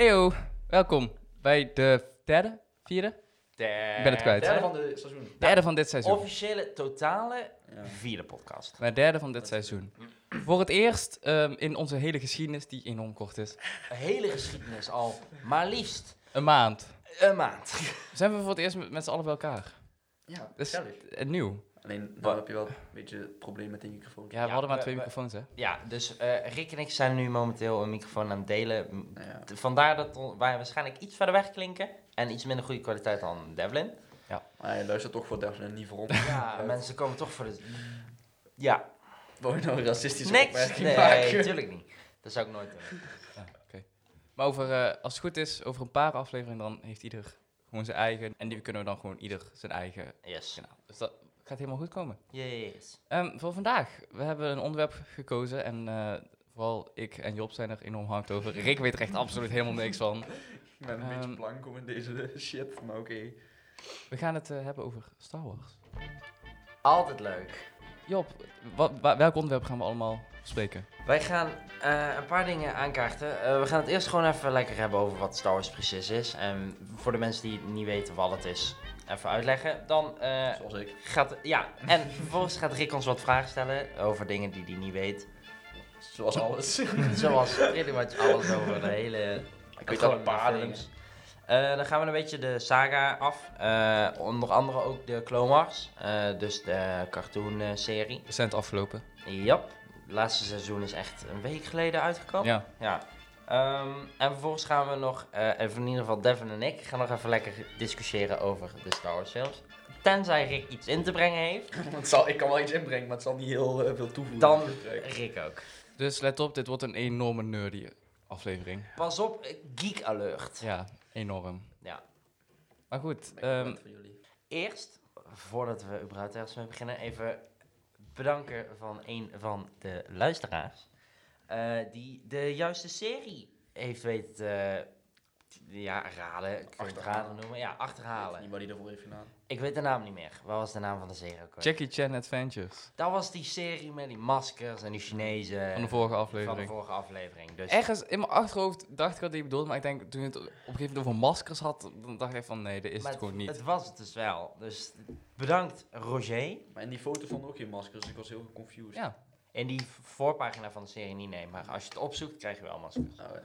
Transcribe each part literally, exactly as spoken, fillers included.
Eyo, welkom bij de derde, vierde? Der... Ik ben het kwijt. Derde van dit seizoen. Derde van dit seizoen. Officiële, totale, Ja. vierde podcast. Bij derde van dit seizoen. Voor het eerst um, in onze hele geschiedenis, die enorm kort is, Een hele geschiedenis al, maar liefst een maand. een maand. Zijn we voor het eerst met, met z'n allen bij elkaar. Ja, Dus gezellig. uh, nieuw. Alleen, nou heb je wel een beetje het probleem met die microfoon. Ja, we Ja, hadden maar we- twee we- microfoons, hè? Ja, dus uh, Rick en ik zijn nu momenteel een microfoon aan het delen. M- Nou ja. t- Vandaar dat on- wij waarschijnlijk iets verder weg klinken en iets minder goede kwaliteit dan Devlin. Maar je luistert toch voor Devlin en niet voor ons. Ja, mensen komen toch voor de... Ja, Wou je nou een racistische niks. opmerking Nee, maken? natuurlijk niet. Dat zou ik nooit doen. Ja, oké. Maar over, uh, als het goed is, over een paar afleveringen, dan heeft ieder gewoon zijn eigen. En die kunnen we dan gewoon ieder zijn eigen Yes. kanaal. Dus dat gaat helemaal goed komen. Yes. Um, voor vandaag, we hebben een onderwerp gekozen en uh, vooral ik en Job zijn er enorm hard over. Rick weet er echt absoluut helemaal niks van. Ik ben een Ehm, beetje blanco in deze shit, maar oké. We gaan het uh, hebben over Star Wars. Altijd leuk. Job, wat, wa- welk onderwerp gaan we allemaal bespreken? Wij gaan uh, een paar dingen aankaarten. Uh, we gaan het eerst gewoon even lekker hebben over wat Star Wars precies is. En voor de mensen die niet weten wat het is, even uitleggen. Dan uh, Zoals ik. gaat... Ja, en vervolgens gaat Rick ons wat vragen stellen over dingen die hij niet weet. Zoals alles. Zoals pretty much alles over de hele... Ik weet gewoon wel een paar de dingen. films. Uh, dan gaan we een beetje de saga af. Uh, onder andere ook de Clone Wars. Uh, dus de cartoon uh, serie. We zijn het afgelopen. Jap. Het laatste seizoen is echt een week geleden uitgekomen. Ja. Ja. Um, en vervolgens gaan we nog, uh, even in ieder geval Devin en ik, gaan nog even lekker discussiëren over de Star Wars films. Tenzij Rick iets in te brengen heeft, Het zal, ik kan wel iets inbrengen, maar het zal niet heel uh, veel toevoegen. dan Kijk. Rick ook. Dus let op, dit wordt een enorme nerdy aflevering. Pas op, uh, geek alert. Ja, enorm. Ja. Maar goed, Ik ben um, bang voor jullie. Eerst, voordat we überhaupt ergens mee beginnen, even bedanken van een van de luisteraars. Uh, die de juiste serie heeft weten te, ja, raden, ik kan het Achterhalen. raden noemen, ja, Ik weet achterhalen. niet wat hij ervoor heeft gedaan. Ik weet de naam niet meer. Wat was de naam van de serie ook alweer? Jackie Chan Adventures. Dat was die serie met die maskers en die Chinezen. Van de vorige Van aflevering. de vorige aflevering. Dus Ergens in mijn achterhoofd dacht ik wat hij bedoelde, maar ik denk toen je het op een gegeven moment over maskers had, dan dacht ik van nee, dat is maar het gewoon niet. Het was het dus wel. Dus bedankt Roger. Maar in die foto vond ook geen masker, dus ik was heel confused. Ja, En die voorpagina van de serie niet, nee. Maar als je het opzoekt, krijg je wel maskers. Oh, ja.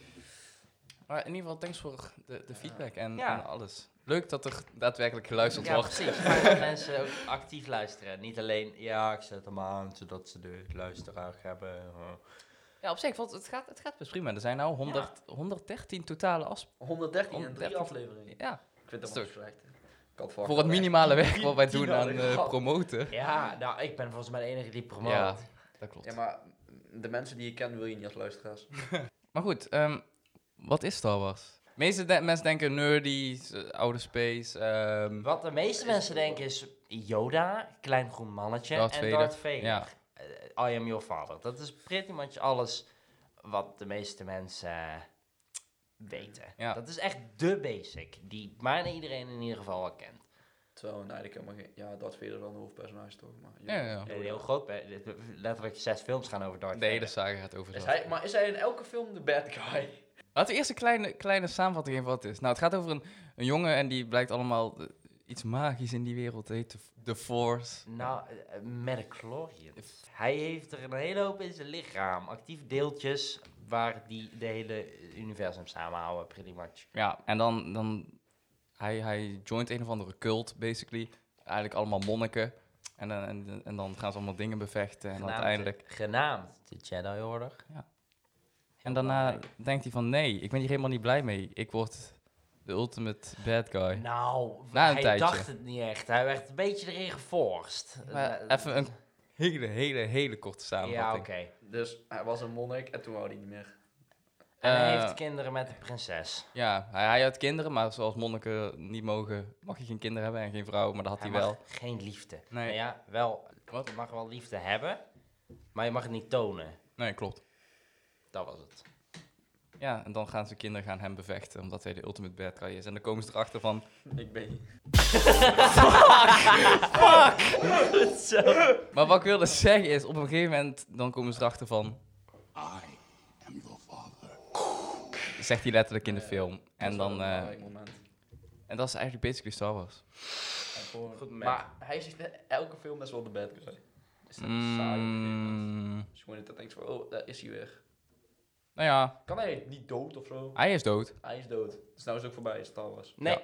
maar in ieder geval thanks voor de, de feedback en, Ja. en alles. Leuk dat er daadwerkelijk geluisterd Ja, wordt. precies. Maar dat mensen ook actief luisteren. Niet alleen, ja, ik zet hem aan, zodat ze de luisteraar hebben. Uh. Ja, op zich, want het gaat, het gaat best prima. Er zijn nou honderd, honderddertien totale afspraken. honderddertien en drie honderddertien. afleveringen. Ja, Ik vind dat Stuk. wel slecht. Ik had voor het minimale werk wat wij tien doen aan hadden eh, gehad. promoten. Ja, nou, ik ben volgens mij de enige die promoot. Ja, dat klopt. Ja, maar de mensen die je kent wil je niet als luisteraars. Maar goed, ehm, wat is Star Wars? De meeste de- mensen denken nerdy, eh, oude space. ehm, Wat de meeste mensen denken is Yoda, klein groen mannetje, Darth en Vader. Darth Vader. Ja. Uh, I am your father. Dat is pretty much alles wat de meeste mensen uh, weten. Ja. Dat is echt de basic, die bijna iedereen in ieder geval wel kent. Terwijl, nee, ik helemaal geen... Ja, Darth Vader is wel een hoofdpersonage toch? Maar, Ja, ja. Een heel groot, be- letterlijk zes films gaan over Darth de hele Vader. saga gaat over Is Darth hij, maar is hij in elke film de bad guy? Laten we eerst een kleine, kleine samenvatting geven wat het is. Nou, het gaat over een, een jongen en die blijkt allemaal eh, iets magisch in die wereld. Het heet de, de Force. Nou, uh, Midichlorian. Hij heeft er een hele hoop in zijn lichaam. Actief deeltjes waar die de hele universum samenhouden, pretty much. Ja, en dan, dan hij, hij joint een of andere cult, basically. Eigenlijk allemaal monniken. En, dan- en, en dan gaan ze allemaal dingen bevechten. En Genaamd, uiteindelijk... Genaamd de Jedi Order. Ja. En daarna denkt hij van, nee, ik ben hier helemaal niet blij mee. Ik word de ultimate bad guy. Nou, Na een hij tijdje. dacht het niet echt. Hij werd een beetje erin geforst. Maar Eh, even een hele, hele, hele korte Ja, oké. samenvatting. Dus hij was een monnik en toen wou hij niet meer. En hij Eh, heeft kinderen met de prinses. Ja, hij, hij had kinderen, maar zoals monniken niet mogen, mag je geen kinderen hebben en geen vrouw, maar dat had hij, Hij wel. mag geen liefde. Nee. Nou ja, wel, Wat? je mag wel liefde hebben, maar je mag het niet tonen. Nee, klopt. Dat was het. Ja, en dan gaan zijn kinderen gaan hem bevechten, omdat hij de ultimate bad guy is. En dan komen ze erachter van, Ik ben... Zo. maar wat ik wilde zeggen is, op een gegeven moment, dan komen ze erachter van, I am your father. zegt hij letterlijk in de Ja, film. Dat En is wel dan, een eh, belangrijk moment. en dat is eigenlijk basically Star Wars. En gewoon- Goed moment. maar hij zegt net elke film is wel de bad guy. Is dat niet saai op een gegeven moment? Mm, Dus gewoon dat je denkt van, oh, daar is hij weer. nou ja, Kan hij niet dood of zo? hij is dood. Hij is dood. Dus nou is het ook voorbij, Star Wars. Nee.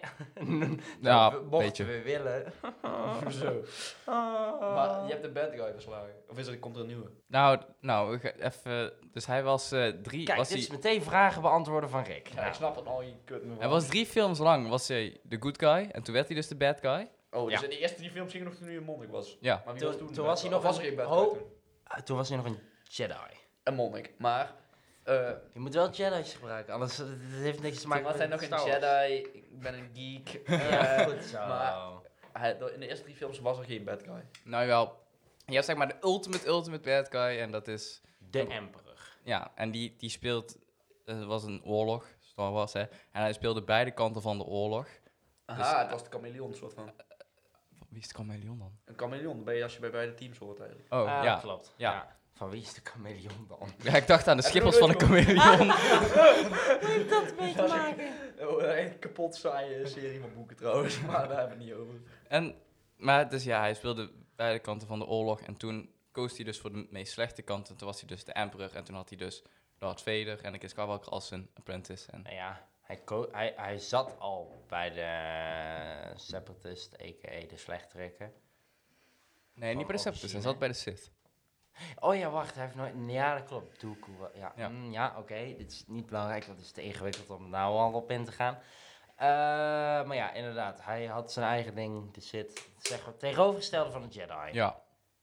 Ja, we- een mochten beetje. we willen. Zo. Maar je hebt de bad guy verslagen. Of is er, komt er een nieuwe? Nou, nou we gaan even. Dus hij was eh, drie. Kijk, was dit hij, is meteen vragen beantwoorden van Rick. Ja, Nou, ik snap het al, je kut me hij was drie films lang was hij de good guy. En toen werd hij dus de bad guy. Oh, dus Ja. in de eerste drie films ging hij nog toen hij een monnik was. Ja. Maar wie Toen- was toen? de toen bad was hij guy? nog Of was een er geen bad ho- guy toen? ah, toen was hij nog een Jedi. Een monnik. Maar, eh Je moet wel Jedi's gebruiken, anders het heeft niks te toen maken was hij met nog een Star Wars. Jedi, ik ben een geek. Ja, Eh, goed zo. maar hij, in de eerste drie films was er geen bad guy. Nou wel. Je hebt zeg maar de ultimate, ultimate bad guy. En dat is. De Emperor. Ja, en die, die speelt. Het was een oorlog. Star Wars, hè. En hij speelde beide kanten van de oorlog. Aha, het was de chameleon soort van. Wie is de chameleon dan? Een chameleon ben je als je bij beide teams hoort eigenlijk. Oh, Ah, ja. klopt. Ja. Ja. Van wie is de chameleon dan? Ja, ik dacht aan de Heb je schippers van nog de nooit chameleon. heeft dat mee te maken? Oh, een kapot saaie serie van boeken trouwens, maar daar hebben we het niet over. En, maar dus ja, hij speelde beide kanten van de oorlog. En toen koos hij dus voor de meest slechte kant. En toen was hij dus de Emperor. En toen had hij dus Darth Vader en Anakin Skywalker als zijn apprentice. En Nou ja, hij, ko- hij, hij zat al bij de uh, Separatist, a k a de slechterikken. nee, niet bij de Van Separators. Hij origine. zat bij de Sith. Oh ja, wacht, hij heeft nooit... Ja, dat klopt. Dooku, wa- ja, Ja. ja. ja oké. Dit is niet belangrijk, dat is te ingewikkeld om nou al op in te gaan. Eh, maar ja, inderdaad, hij had zijn eigen ding, de Sith. Zeg maar, het tegenovergestelde van het Jedi. Ja,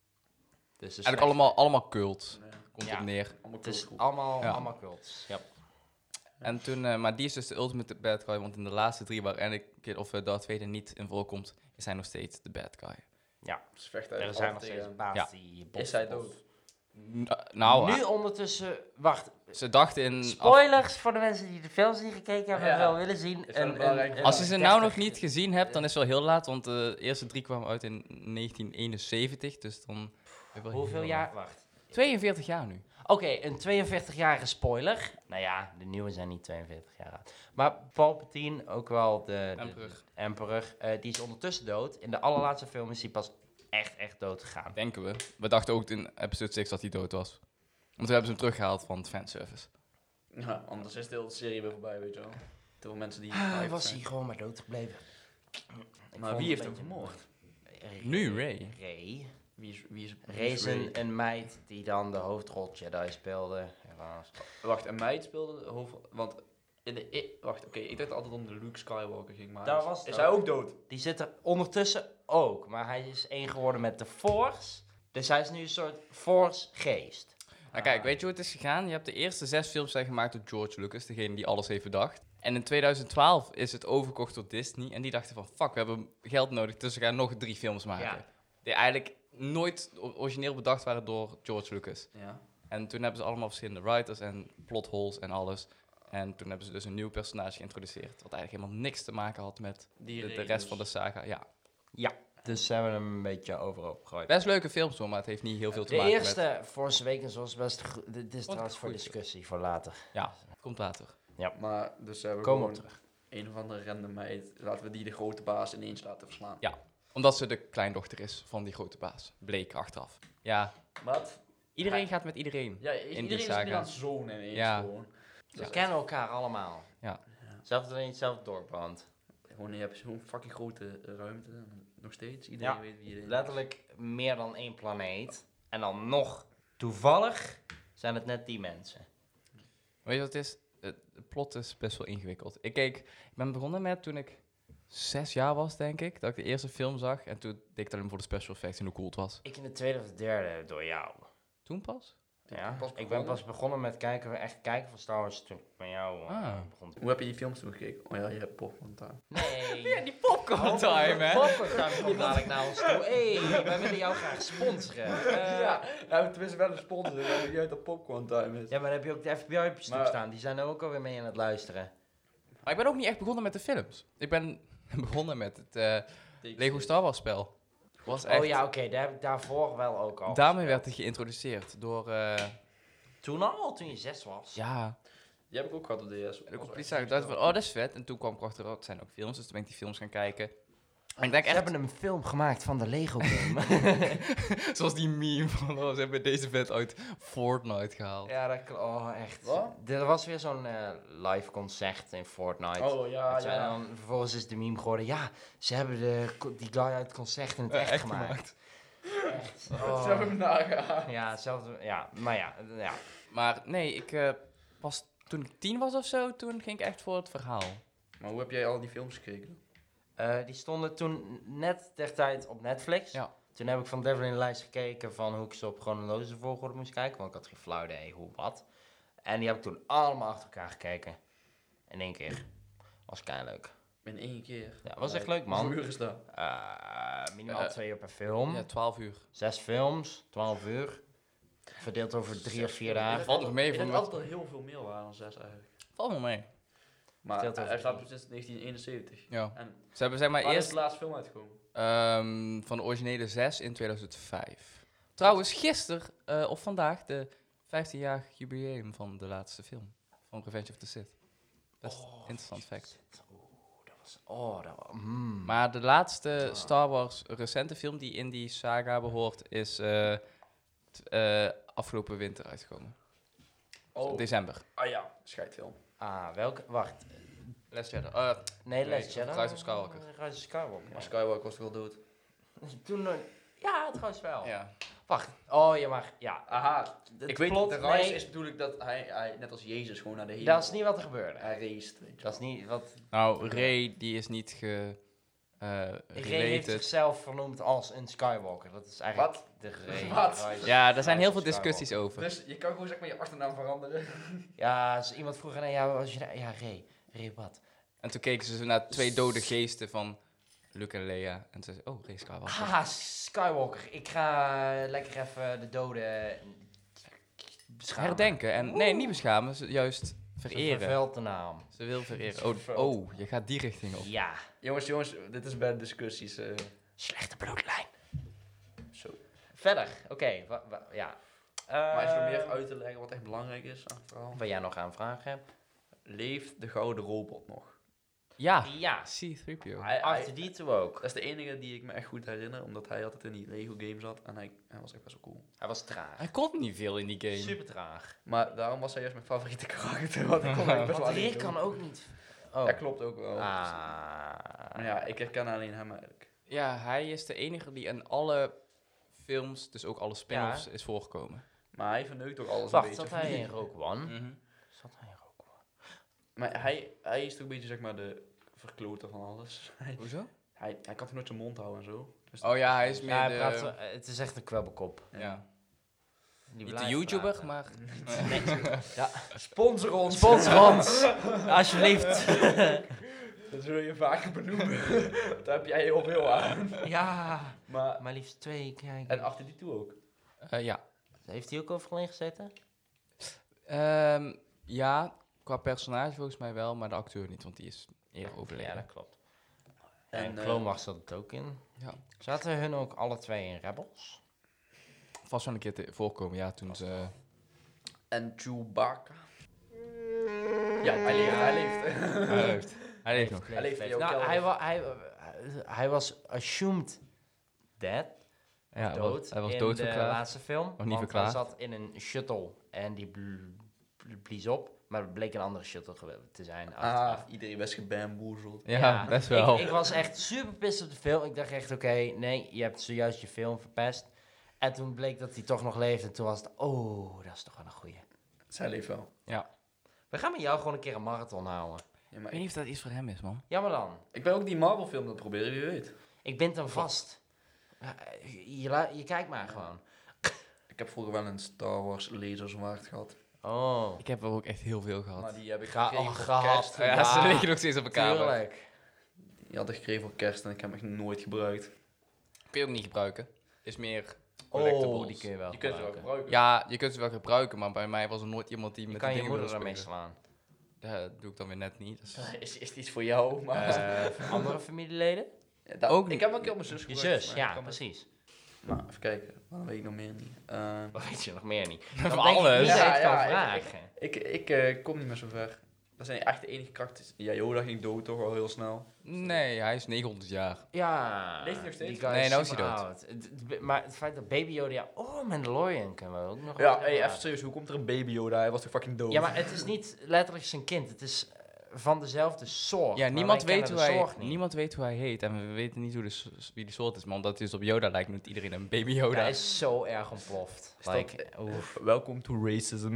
Dus de eigenlijk allemaal, allemaal cult. Nee, Komt Ja. op neer. allemaal Het is cool. allemaal, Ja. allemaal cults. Ja. En toen, eh, maar die is dus de ultimate bad guy. Want in de laatste drie waar Anakin of uh, Darth Vader niet in voorkomt, is hij nog steeds de bad guy. Dus vecht Er hij zijn nog altijd steeds tegen. baas die... bos- Is hij bos- dood? N- nou, Nu ah, ondertussen... Wacht, ze dachten in... af- spoilers voor de mensen die de films niet gekeken hebben en Ja. wel willen zien. Is wel En- belangrijk. en- en als je ze nou nog dertig niet gezien hebt, dan is het wel heel laat. Want de eerste drie kwamen uit in negentien eenenzeventig. Dus dan... Hoeveel heel jaar? Wacht. tweeënveertig jaar nu. Oké, een tweeënveertig-jarige spoiler. Nou ja, de nieuwe zijn niet tweeënveertig jaar oud. Maar Palpatine, ook wel de, de, Emperor. de Emperor, eh, die is ondertussen dood. In de allerlaatste film is hij pas echt, echt dood gegaan. Denken we. We dachten ook in episode zes dat hij dood was. Want toen hebben ze hem teruggehaald van het fanservice. Ja, anders is de hele serie weer voorbij, weet je wel. Te veel mensen die... Ah, hyped was zijn. hij gewoon maar dood gebleven. Ik Maar vond wie het heeft een hem beetje- vermoord? Ray. Nu Ray. Ray. Wie is... Wie is, wie Ray is is een, een meid die dan de hoofdrol Jedi speelde. Helaas. Wacht, een meid speelde de hoofd... Want... In de, i- wacht, oké, ik dacht altijd om de Luke Skywalker ging, maar... Daar is, was het is ook. hij ook dood? Die zit er ondertussen ook. Maar hij is één geworden met de Force. Dus hij is nu een soort Force-geest. Nou kijk, weet je hoe het is gegaan? Je hebt de eerste zes films zijn gemaakt door George Lucas, degene die alles heeft bedacht. En in tweeduizend twaalf is het overgekocht door Disney. En die dachten van, fuck, we hebben geld nodig, dus we gaan nog drie films maken. Ja. Die eigenlijk nooit o- origineel bedacht waren door George Lucas. Ja. En toen hebben ze allemaal verschillende writers en plot holes en alles. En toen hebben ze dus een nieuw personage geïntroduceerd. Wat eigenlijk helemaal niks te maken had met Die de, de Ray rest dus. van de saga. Ja. Ja. Dus ze hebben hem een beetje overal gegooid. Best leuke films hoor, maar het heeft niet heel veel te De maken eerste Force Awakens was best goed. Dit is trouwens voor goeie. discussie, voor later. met... Ja, komt later. Maar, dus hebben we Komen we gewoon terug. een of andere random meid. Laten we die de grote baas ineens laten verslaan. Omdat ze de kleindochter is van die grote baas. Bleek achteraf. Ja, Wat? iedereen Hij- gaat met iedereen. Ja, die iedereen is saga. nu aan het zonen ineens Ja. gewoon. Ze kennen elkaar allemaal. Ja. Zelfs in hetzelfde dorp woont. Gewoon, je hebt zo'n fucking grote ruimte. Nog steeds. Iedereen Ja. weet wie iedereen is. Letterlijk meer dan één planeet. En dan nog toevallig zijn het net die mensen. Weet je wat het is? Het het plot is best wel ingewikkeld. Ik keek, ik ben begonnen met toen ik zes jaar was, denk ik, dat ik de eerste film zag. En toen deed ik het alleen voor de special effects en hoe cool het was. Ik in de tweede of de derde door jou. Toen pas? Ja, pas ik ben begonnen? pas begonnen met kijken, echt kijken van Star Wars toen ik met jou eh, Ah. begon. Hoe heb je die films toen gekeken? Oh ja, je hebt popcorn time. Nee. die popcorn time, hè? Popcorn time komt dadelijk naar ons toe. Hé, hey, wij willen jou graag sponsoren. Eh, ja, ja, tenminste wel een sponsor. Ik weet niet uit dat popcorn time is. Ja, maar dan heb je ook de F B I op je stoep Maar- staan. Die zijn er ook alweer mee aan het luisteren. Maar ik ben ook niet echt begonnen met de films. Ik ben begonnen met het eh, Lego Star Wars spel. Was echt, Oh ja, oké, daar heb ik daarvoor wel ook al. Daarmee gespeeld. werd hij geïntroduceerd door... eh, Toen al, toen je zes was. ja, Die heb ik ook gehad op D S. En Was ik wel op echt politie ik goed dacht van, gedaan. oh, dat is vet. En toen kwam ik achter, oh, het zijn ook films, dus toen ben ik die films gaan kijken. En ik denk Ze echt, hebben een film gemaakt van de Lego game. zoals die meme van, oh, ze hebben deze vet uit Fortnite gehaald. ja, dat kl- Oh, echt. Wat? Er was weer zo'n eh, live concert in Fortnite. Oh ja, Dat zij ja. dan, vervolgens is de meme geworden, ja, ze hebben de, co- die guy uit het concert in het Eh, echt, echt gemaakt. gemaakt. Echt. Ze Oh. hebben hem nagehaald. Ja, hetzelfde. Ja, maar ja. ja. Maar nee, ik eh, pas toen ik tien was of zo, toen ging ik echt voor het verhaal. Maar hoe heb jij al die films gekeken? Eh, die stonden toen net ter tijd op Netflix. Ja. Toen heb ik van Devil in de lijst gekeken van hoe ik ze op chronologische volgorde moest kijken. Want ik had geen flauw idee hoe wat. En die heb ik toen allemaal achter elkaar gekeken. In één keer. Was leuk. In één keer. Ja, was echt leuk, man. Hoeveel uur is dat? Eh, minimaal Eh, twee uur per film. Ja, twaalf uur. Zes films, twaalf uur. Verdeeld over drie of vier dagen. Valt nog mee Ik van denk wat- altijd dat er heel veel meer waren dan zes eigenlijk. Valt me mee. Maar Verdeeld over hij staat drie. sinds negentien eenenzeventig. Ja. En Ze hebben zeg maar waar is eerst de laatste film uitgekomen? ehm, van de originele zes in tweeduizend vijf. Trouwens, gisteren eh, of vandaag de vijftien-jarig jubileum van de laatste film. Van Revenge of the Sith. Dat is een interessant fact. Oh, dat was... Oh, dat was... mm. Maar de laatste Star Wars recente film die in die saga behoort is eh, t- eh, afgelopen winter uitgekomen. Oh, December. ah ja, scheidfilm. Ah, welke? Wacht. Last Jedi. Uh, Nee, Nee, Last Jedi. Rise of Skywalker. Rise of Skywalker. Maar Skywalker was toch al dood? Toen nog... Ja, trouwens wel. ja. Wacht. Oh, ja, maar... Ja. Aha, Het ik weet plot- de reis nee, is bedoeld dat hij, hij, net als Jezus, gewoon naar de hemel... Dat is niet wat er gebeurde. Hij raced, weet je Dat is wel. niet wat... Nou, Rey die is niet ge... eh Rey heeft related. zichzelf vernoemd als een Skywalker. Dat is eigenlijk Wat? de Rey. Wat? Rise- Ja, er zijn heel Rise veel of discussies over. Dus je kan gewoon zeg maar je achternaam veranderen. Ja, als iemand vroeg aan ja, was je nou- ja, Rey. Rey wat? En toen keken ze zo naar twee dode geesten van Luke en Leia. En ze zeiden, oh, Rey Skywalker. Haha, Skywalker. Ik ga lekker even de doden beschamen. Herdenken. En nee, niet beschamen, ze juist Ze vereren. vervuilt de naam. Ze wil vereren. Ze Oh, vervuilt. oh, je gaat die richting op. Ja. Jongens, jongens, dit is bij de discussies. eh, Slechte bloedlijn. zo. Verder. Oké, wa- wa- ja. Maar is er nog Eh, meer uit te leggen wat echt belangrijk is aan het verhaal? Waar jij nog aan vragen hebt? Leeft de gouden robot nog? Ja, Ja. C drie P O. Hij, hij- Achter die toe ook. dat is de enige die ik me echt goed herinner, omdat hij altijd in die Lego game zat en hij, hij was echt best wel cool. Hij was traag. Hij kon niet veel in die game. Super traag. Maar daarom was hij juist mijn favoriete karakter, want ik kon eigenlijk best wel Want alleen Rick doen. kan ook niet... Oh. Dat klopt ook wel. Ah. Maar ja, ik herken alleen hem eigenlijk. Ja, hij is de enige die in alle films, dus ook alle spin-offs, is voorgekomen. Maar hij verneukt ook alles Wacht, een beetje. zat hij in Rogue One? Mhm. Zat hij in Rogue One? Maar hij, hij is toch een beetje zeg maar de verkloter van alles. Hij, Hoezo? hij, hij kan toch nooit zijn mond houden en zo. Dus Oh ja, hij is meer Ja, hij de... praat, zo- het is echt een kwebbelkop. ja. Die Niet de blijft YouTuber, praten. maar... Nee, ja. Sponsor ons! Sponsor ons, alsjeblieft. Dat zul je vaker benoemen. Daar heb jij heel veel aan. Ja, Maar, maar liefst twee, kijk. en achter die toe ook. Eh, ja. Heeft hij ook overal gezeten? Ehm, ja, qua personage volgens mij wel, maar de acteur niet, want die is eerder overleden. Ja, dat klopt. En, En eh, Clone Wars zat het ook in. Ja. Zaten hun ook alle twee in Rebels? Vast wel een keer te voorkomen, ja, toen ze... En Chewbacca. Ja, hij leeft, hij leeft. Hij leeft. Hij leeft nog. Hij leeft in jouw Nou, kelder. hij, wa hij, hij was assumed dead. Ja, hij dood. was, hij was in dood de verklaard. laatste film. niet want verklaard. hij zat in een shuttle en die bl- bl- blies op. Maar het bleek een andere shuttle gewe- te zijn. Ah, achteraf. iedereen was gebamboezeld. Ja, best wel. Ik, ik was echt super pissed op de film. Ik dacht echt, oké, nee, je hebt zojuist je film verpest. En toen bleek dat hij toch nog leefde. En toen was het, oh, dat is toch wel een goeie. Zij leeft wel. We gaan met jou gewoon een keer een marathon houden. Ja, Ik maar weet ik, niet of dat iets voor hem is, man. Ja, maar dan. ik ben ook die Marvel film aan het proberen, wie weet. Ik bind hem vast. Ja, Je, la- je kijkt maar gewoon. Ik heb vroeger wel een Star Wars laserzwaard gehad. Oh. Ik heb er ook echt heel veel gehad. Maar die heb ik Ga- gekregen oh, voor gehad. kerst. ja, Ja, ze liggen nog steeds op elkaar. Tuurlijk. Die had ik gekregen voor kerst en ik heb hem echt nooit gebruikt. Kun je ook niet gebruiken. Is meer Oh, collectibles. die kun je wel Je kunt ze wel gebruiken. gebruiken. Ja, je kunt ze wel gebruiken, maar bij mij was er nooit iemand die Je met kan die je dingen moeder wilde ermee spelen. slaan. Ja, dat doe ik dan weer net niet. Dus. Is, is het iets voor jou? Maar Eh, andere familieleden? Ja, dat- ook ik niet. heb wel een keer op mijn zus Je gebruikt, zus, maar ik ja, kan me- precies. Nou, even kijken. Dan weet ik nog meer niet. Uh, Dat weet je nog meer niet. Van Dan denk ik alles. niet Ja, dat je het kan ja, ik- vragen. ik ik uh, kom niet meer zo ver. Dat zijn echt de enige karakters. Ja, Yoda ging dood toch wel heel snel. Nee, hij is negenhonderd jaar. Ja. Leeft hij nog steeds? die guy Nee, nou is hij super dood. oud. Het- het- Maar het feit dat Baby Yoda... Ja, oh, Mandalorian kunnen we ook nog Ja, wel hey, hebben. even serieus. Hoe komt er een baby Yoda? Hij was toch fucking dood? Ja, maar het is niet letterlijk zijn kind. Het is eh, van dezelfde soort. Ja, maar niemand wij weet, kennen hoe de hij, soort niet. niemand weet hoe hij heet. En we weten niet hoe de, s- wie die soort is. Maar omdat hij dus op Yoda lijkt, noemt iedereen een baby Yoda. Hij is zo erg ontploft. Is dat- Like, oef. Welcome to racism.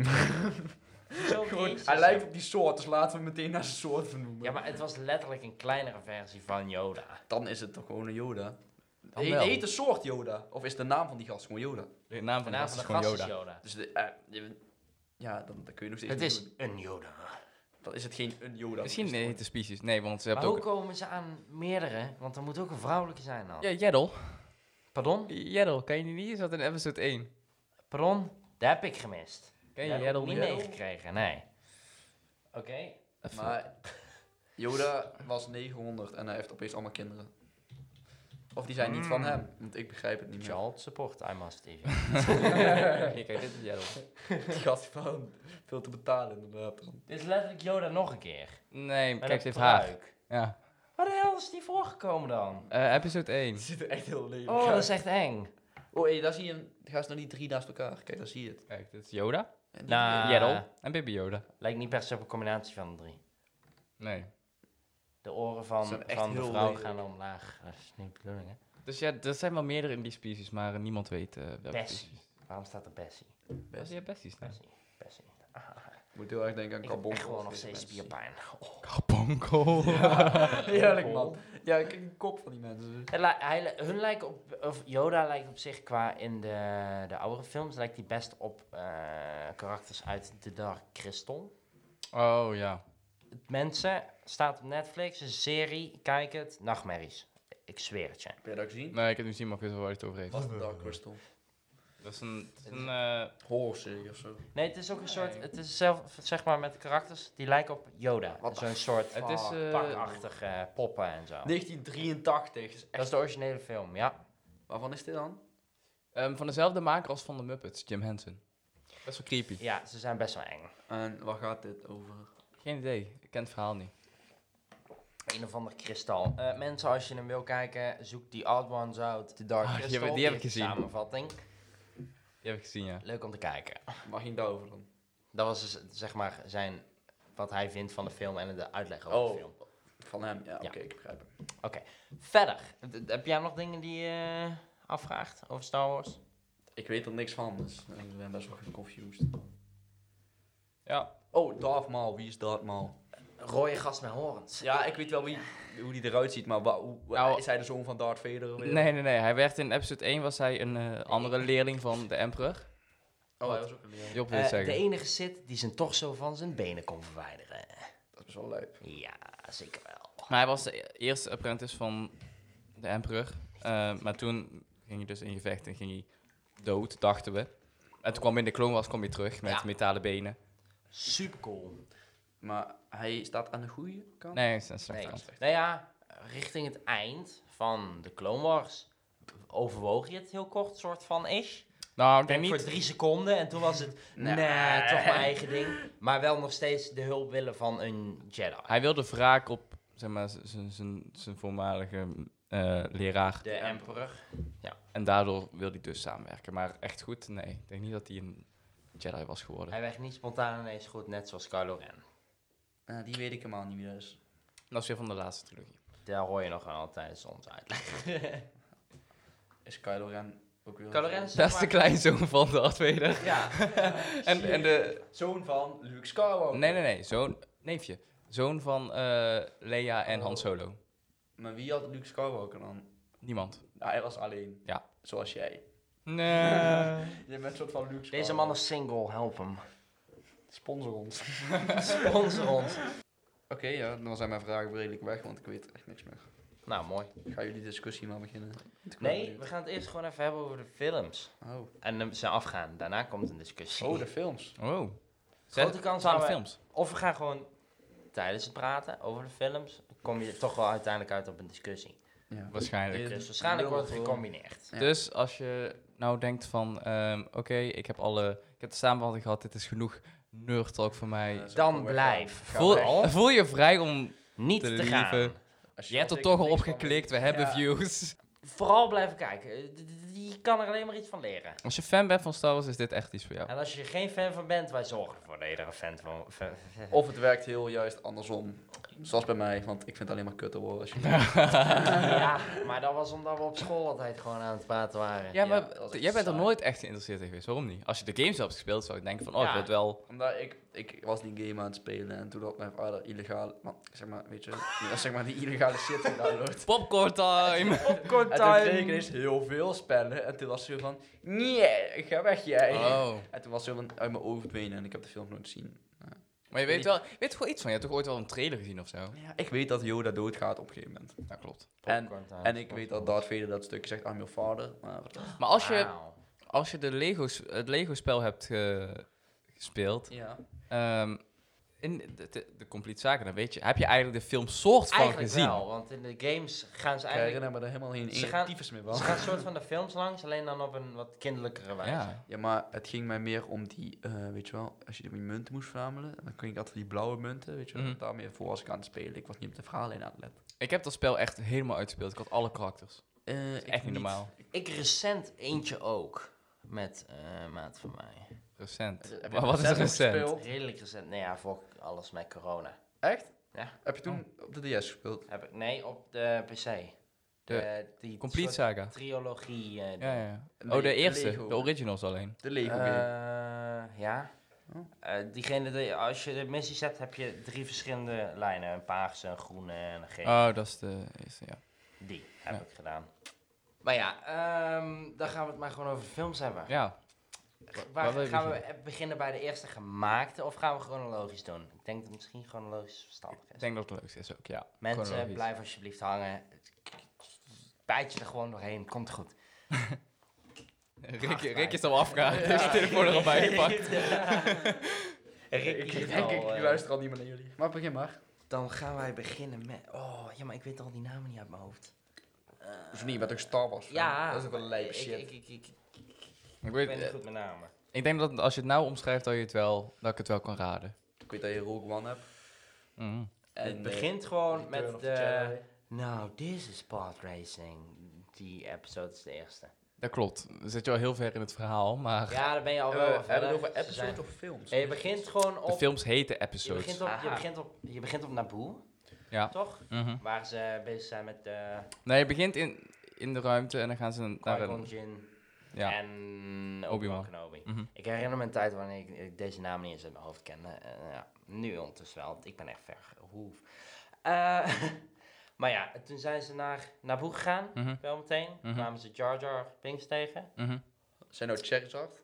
Zo Gewoon, Jezus. hij lijkt op die soort, dus laten we hem meteen naar zijn soort vernoemen. Ja, maar het was letterlijk een kleinere versie van Yoda. Dan is het toch gewoon een Yoda. Dan Heet, wel. heet de soort Yoda? Of is de naam van die gast gewoon Yoda? De naam De van de naam gast van is de gewoon gast is Yoda. Yoda. Dus de, eh, je- ja, dan, dan kun je nog steeds Het niet is doen. een Yoda. Dan is het geen een Yoda. Misschien Is het heet de species. Nee, want ze Maar hebben hoe ook... komen ze aan meerdere? Want er moet ook een vrouwelijke zijn dan. Ja, Jeddel. Pardon? Jeddel, ken je die niet? Is dat in episode één? Pardon? Dat heb ik gemist. Ken Dat je heb ik Jeddel niet niet? meegekregen, nee. Oké. Even- Maar Yoda was negenhonderd en hij heeft opeens allemaal kinderen. Of die zijn niet van Mm. hem, want ik begrijp het niet meer. Child support, I must even. Hier, kijk, dit is Jeddel. Die gast van veel te betalen inderdaad. Dit is letterlijk Yoda nog een keer. Nee, Met kijk, een ze heeft haar. pruik. Ja. Waar de hel is die voorgekomen dan? Eh, episode één. Die ziet er echt heel lelijk Oh, dat uit. is echt eng. Oh, hey, daar zie je een... Ga eens naar die drie naast elkaar. Kijk, daar zie je het. Kijk, dit is Yoda. En die- Nou, Jeddel. En baby Yoda. Lijkt niet per se op een combinatie van de drie. Nee. De oren Ze van, zijn echt van de heel vrouw lelijk. gaan omlaag. Dat is niet de bedoeling, hè? Dus ja, er zijn wel meerdere in die species, maar niemand weet eh welke Bessie. species. Waarom staat er Bessie? Was Best. die besties? Nee. Bessie. Bessie. Ah, Ik moet heel erg denken aan ik heb Carbon. echt gewoon nog steeds spierpijn. Carbonkel. Heerlijk, man. Ja, kijk die kop van die mensen. Hij li- hij li- hun lijken op, of Yoda lijkt op zich qua in de, de oudere films, lijkt hij best op eh, karakters uit The Dark Crystal. Oh ja. Mensen, staat op Netflix, een serie, kijk het, nachtmerries. Ik zweer het je. Heb je dat gezien? Nee, ik heb nu zien, maar ik weet wel waar je het over heeft. Wat is de Dark Crystal? Dat is een... Het is een eh, Horrorserie of zo. Nee, het is ook een soort, Nee. het is zelf, zeg maar met de karakters, die lijken op Yoda. Wat Zo'n soort het is... eh, pakachtige poppen en zo. negentien drieëntachtig. Is Dat echt... is de originele film, ja. Waarvan is dit dan? ehm, van dezelfde maker als van de Muppets, Jim Henson. Best wel creepy. Ja, ze zijn best wel eng. En waar gaat dit over? Geen idee. Ik ken het verhaal niet. Een of ander kristal. Eh, mensen, als je hem wil kijken, zoek die Odd Ones out. The Dark Ah, die Crystal. heb- die heb heeft ik een gezien. Samenvatting. Die heb ik gezien, ja. Leuk om te kijken. Waar ging het over dan? Dat was dus, zeg maar zijn, wat hij vindt van de film en de uitleg over Oh. de film. Van hem, ja, Ja. oké, ik begrijp het. Verder, d- d- heb jij nog dingen die je afvraagt over Star Wars? Ik weet er niks van, dus ik ben best wel confused. Ja. Oh, Darth Maul, wie is Darth Maul? Een rode gast met horens. Ja, ik weet wel wie, hoe die eruit ziet, maar wa- hoe, Nou, is hij de zoon van Darth Vader? of weet je? Nee, nee, nee. Hij werd in episode één was hij een eh, andere leerling van de Emperor. Oh, hij was ook een leerling. Job wil Eh, het de zeggen. enige Sith die zijn torso van zijn benen kon verwijderen. Dat is best wel leuk. Ja, zeker wel. Maar hij was de e- eerste apprentice van de Emperor. Eh, maar toen ging hij dus in gevecht en ging hij dood, dachten we. En toen kwam hij in de Clone Wars kwam hij terug met Ja. metalen benen. Super cool. Maar hij staat aan de goede kant? Nee, hij is een slechte Nee. kant. Nou ja, richting het eind van de Clone Wars overwoog je het heel kort, soort van ish. Nou, ik Ik denk denk voor niet... drie seconden en toen was het, Nee. nee, toch mijn eigen ding. Maar wel nog steeds de hulp willen van een Jedi. Hij wilde wraak op, zeg maar, z- z- zijn- zijn voormalige eh, leraar. De Emperor. En daardoor wilde hij dus samenwerken. Maar echt goed, nee. Ik denk niet dat hij een Jedi was geworden. Hij werd niet spontaan ineens goed, net zoals Kylo Ren. Uh, die weet ik helemaal niet wie dat is. Dat is weer van de laatste trilogie. Daar hoor je nog wel tijdens ons uitleg. Is Kylo Ren ook weer... Kylo Ren is- Dat is de kleinzoon van Darth Vader. Ja. En, en de... Zoon van Luke Skywalker. Nee, nee, nee. Zoon... Neefje. Zoon van eh Leia en Han Oh. Solo. Maar wie had Luke Skywalker dan? Niemand. Nou, hij was alleen. Ja. Zoals jij. Nee. Je bent een soort van Luke Skywalker. Deze man is single, help hem. Sponsor ons. Sponsor ons. Oké, ja, dan zijn mijn vragen redelijk weg, want ik weet echt niks meer. Nou, mooi. Ga jullie discussie maar beginnen? Nee, we gaan het eerst gewoon even hebben over de films. Oh, En dan zijn afgaan. Daarna komt een discussie. oh de films. Oh. Grote kans aan de dat we- films. Of we gaan gewoon tijdens het praten over de films, kom je toch wel uiteindelijk uit op een discussie. Ja. Waarschijnlijk. Dus waarschijnlijk wordt het Lul, gecombineerd. Ja. Dus als je nou denkt van, ehm, oké, ik heb alle, ik heb de samenvatting gehad, dit is genoeg nerd talk voor mij. Ja, zo Dan gewoon blijf weggaan. Ga Voel, weg. voel je vrij om, Niet te te lieven. gaan. Als je hebt er als toch ik al niks op van geklikt, we weet- hebben Ja. views. Vooral blijven kijken. Eh, d- d- Je kan er alleen maar iets van leren. Als je fan bent van Star Wars, is dit echt iets voor jou. En als je er geen fan van bent, wij zorgen ervoor dat je er een fan van... fan- Of het werkt heel juist andersom. Zoals bij mij, want ik vind het alleen maar kutter worden als je... Ja, maar dat was omdat we op school altijd gewoon aan het praten waren. Ja, maar Ja, dat was echt jij bent er saai. nooit echt geïnteresseerd in geweest. Waarom niet? Als je de games hebt gespeeld, zou ik denken van, oh, Ja. ik wil het wel... Omdat ik, ik was die game aan het spelen en toen had mijn vader illegaal, man, zeg maar, weet je, ja, zeg maar die illegale shit gedownload. Popcorn time! Popcorn En toen kreeg ik ineens heel veel spellen en toen was ze zo van, nee, ga weg jij. Oh. En toen was ze van uit mijn ogen verdwenen en ik heb de film nooit gezien. Maar je weet wel, je weet gewoon iets van, je hebt toch ooit wel een trailer gezien of zo? Ja, ik weet dat Yoda doodgaat op een gegeven moment. Ja, klopt. En, Popcorn time. en ik weet dat Darth Vader dat stukje zegt, I'm your father. Maar voor de rest- Maar als je, Wauw. als je de Lego's, het Lego-spel hebt ge- gespeeld, ja. ehm, in de, de, de complete zaken, dan weet je, heb je eigenlijk de film soort van Eigenlijk gezien. wel, want in de games gaan ze Ik eigenlijk... herinner me er helemaal geen Ze ene gaan- tyfus meer Ze van. gaan een soort van de films langs, alleen dan op een wat kinderlijkere wijze. Ja. Ja, maar het ging mij meer om die, eh, weet je wel, als je die munten moest verzamelen, dan kon ik altijd die blauwe munten, weet je wel, Mhm. daarmee voor was ik aan het spelen. Ik was niet op de verhaallijn aan het letten. Ik heb dat spel echt helemaal uitgespeeld. Ik had alle karakters. Eh, Dat is echt niet normaal. Ik recent eentje ook, met eh maat van mij. Recent. Heb je Maar wat is recent recent? gespeeld? Redelijk recent, nee ja, voor alles met corona. Echt? Ja. Heb je toen op de D S gespeeld? Heb ik, nee, op de P C. De, die Complete soort Saga. trilogie. eh, Ja, ja. Nee, Oh, de de eerste. Lego. De originals alleen. De Lego Eh, game. ja. Oh. Eh, diegene die, als je de missies hebt, heb je drie verschillende lijnen. Een paarse, een groene en een gele. Oh, dat is de eerste, ja. Die heb Ja. ik gedaan. Maar ja, ehm, dan gaan we het maar gewoon over de films hebben. Ja. Waar, Waar wil je gaan beginnen? we beginnen bij de eerste gemaakte of gaan we chronologisch doen? Ik denk dat het misschien chronologisch verstandig is. Ik denk dat het leukste is ook, ja. Mensen, Chronologisch. blijf alsjeblieft hangen. Bijt je er gewoon doorheen, komt goed. Rick, Rick is al afgehaakt. Hij heeft zijn telefoon er al bij gepakt. Rick, Ik heeft denk, al, ik eh, luister al niet meer naar jullie. Maar begin maar. Dan gaan wij beginnen met... Oh, ja, maar ik weet al die namen niet uit mijn hoofd. Eh, Of niet, met een Star Wars fan. ja. Dat is ook wel lijp ik, shit. Ik, ik, ik, Ik, ik weet, ben niet eh, goed met namen. ik denk dat als je het nou omschrijft, dat, je het wel, dat ik het wel kan raden. Ik weet dat je Rogue One hebt. Mhm. En, Het eh, begint gewoon Return met of the de... Jedi. Nou, this is pod racing. Die episode is de eerste. Dat klopt. Dan zit je al heel ver in het verhaal, maar Ja, daar ben je al Eh, wel we wat hebben het verder. over Ze episodes zijn- of films? Ja, je begint gewoon de op... films heten Je episodes. begint op, je, Aha. begint op, je begint op Naboo, Ja. toch? Mhm. Waar ze bezig zijn met de Nee, je begint in, in de ruimte en dan gaan ze naar Qui-Gon een... Jinn Ja. en Obi-Wan Obi-Wan. Kenobi. Mhm. Ik herinner me een tijd wanneer ik, ik deze naam niet eens uit mijn hoofd kende. Eh, ja, nu ondertussen wel, want ik ben echt ver. Hoef. Eh, maar ja, toen zijn ze naar Naboo gegaan, Mhm. wel meteen. Mhm. Kwamen ze Jar Jar Binks tegen. Mhm. Zijn nou Charizard?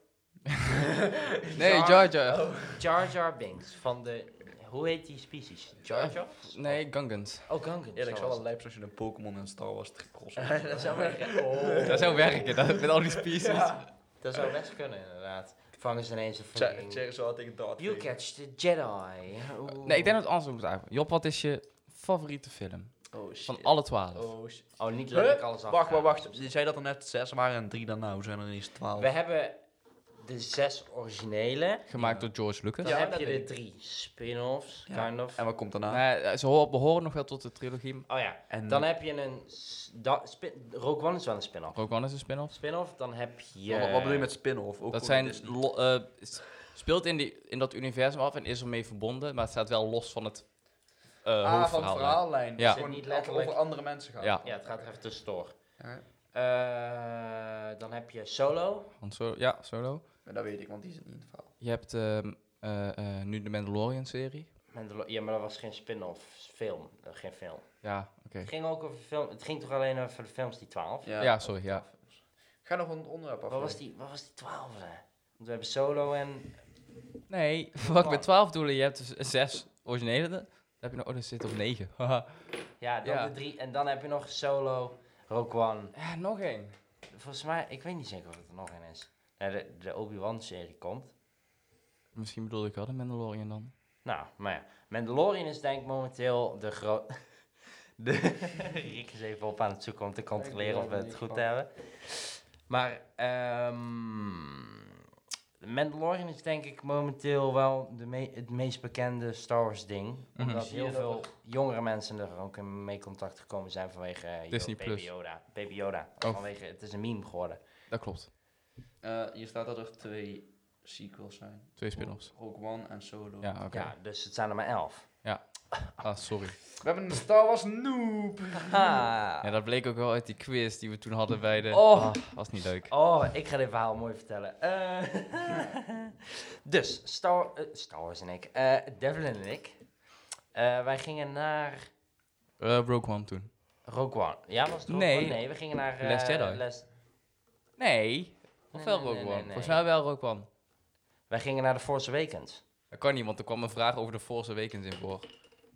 Nee, Jar Jar. Jar Jar Binks van de... Hoe heet die species? Jar Jar? Nee, Gungans. Oh, Gungan. Ja, ik zo zou was wel lijp als je een Pokémon en Star Wars cross. het. Dat zou wel- oh. Dat zou werken, dat, met al die species. Dat zou best kunnen, inderdaad. Vangen ze ineens een Cha- fucking... Charizard tegen Darth You Vader. catch the Jedi. Oeh. Nee, ik denk dat het anders moet uit. Job, wat is je favoriete film? Oh shit. Van alle twaalf. Oh shit. Oh, niet Huh? letterlijk alles Wacht, wacht, afgaan. wacht. Je zei dat er net zes waren en drie dan nou. Hoe zijn er ineens twaalf? We hebben de zes originele. Gemaakt door George Lucas. Dan Ja, heb dat je weet de ik. drie spin-offs, Ja. kind of. En wat komt daarna? Nee, ze horen, behoren nog wel tot de trilogie. Oh ja, En dan heb je een... s- da- spin- Rogue One is wel een spin-off. Rogue One is een spin-off. Spin-off, dan heb je... wat, wat bedoel je met spin-off? Ook Dat gewoon zijn Disney? lo- eh, s- speelt in, die, in dat universum af en is ermee verbonden, maar het staat wel los van het eh Ah, van de hoofdverhaal. verhaallijn. Ja. Dus gewoon Niet niet letterlijk- over andere mensen gaan. Ja, Ja, het gaat er even tussendoor. Ja. Eh, dan heb je Solo. want zo, ja, solo. Maar dat weet ik, want die zit niet in het verhaal. Je hebt ehm, eh, eh, nu de Mandalorian-serie. Mandalo- ja, maar dat was geen spin-off film. eh, geen film. Ja, oké. Het ging ook over film. Het ging toch alleen over de films die twaalf? Ja, sorry, ja. Ga nog van het onderwerp af. Wat was die, wat was die twaalfde? Want we hebben Solo en... Nee, wat ik met twaalf doelen, je hebt dus zes originele. Dan heb je nog, oh, er zit op negen. Haha. Ja, dan Ja. de drie. En dan heb je nog Solo, Rogue One. Ja, nog één. Volgens mij, ik weet niet zeker of het er nog een is. Ja, de de Obi-Wan serie komt. Misschien bedoelde ik wel de Mandalorian dan. Nou, maar ja. Mandalorian is denk ik momenteel de, gro De Rick is even op aan het zoeken om te controleren of we het goed hebben. Maar ehm Mandalorian is denk ik momenteel wel de me- het meest bekende Star Wars ding. Mhm. Omdat Zie je heel dat veel jongere mensen er ook in mee contact gekomen zijn vanwege eh, Disney Baby Plus. Yoda. Baby Yoda. Oh. Vanwege, het is een meme geworden. Dat klopt. Eh, hier staat dat er twee sequels zijn. Twee spin-offs. Rogue One en Solo. Ja, oké. Ja, dus het zijn er maar elf. Ah, sorry. We hebben een Star Wars noob. Ja, dat bleek ook wel uit die quiz die we toen hadden bij de... Oh. Ah, was niet leuk. Oh, ik ga dit verhaal mooi vertellen. Eh, dus, Star, eh, Star Wars en ik. eh Devlin en ik. eh, wij gingen naar Eh, Rogue One toen. Rogue One. Ja, was het Rogue Nee. One? Nee, we gingen naar... eh, Last Jedi. Last- Nee. Of Nee, wel nee, Rogue nee, One? nee, Volgens nee. mij wel Rogue One. Wij gingen naar The Force Awakens. Dat kan niet, want er kwam een vraag over de Force Awakens in voor.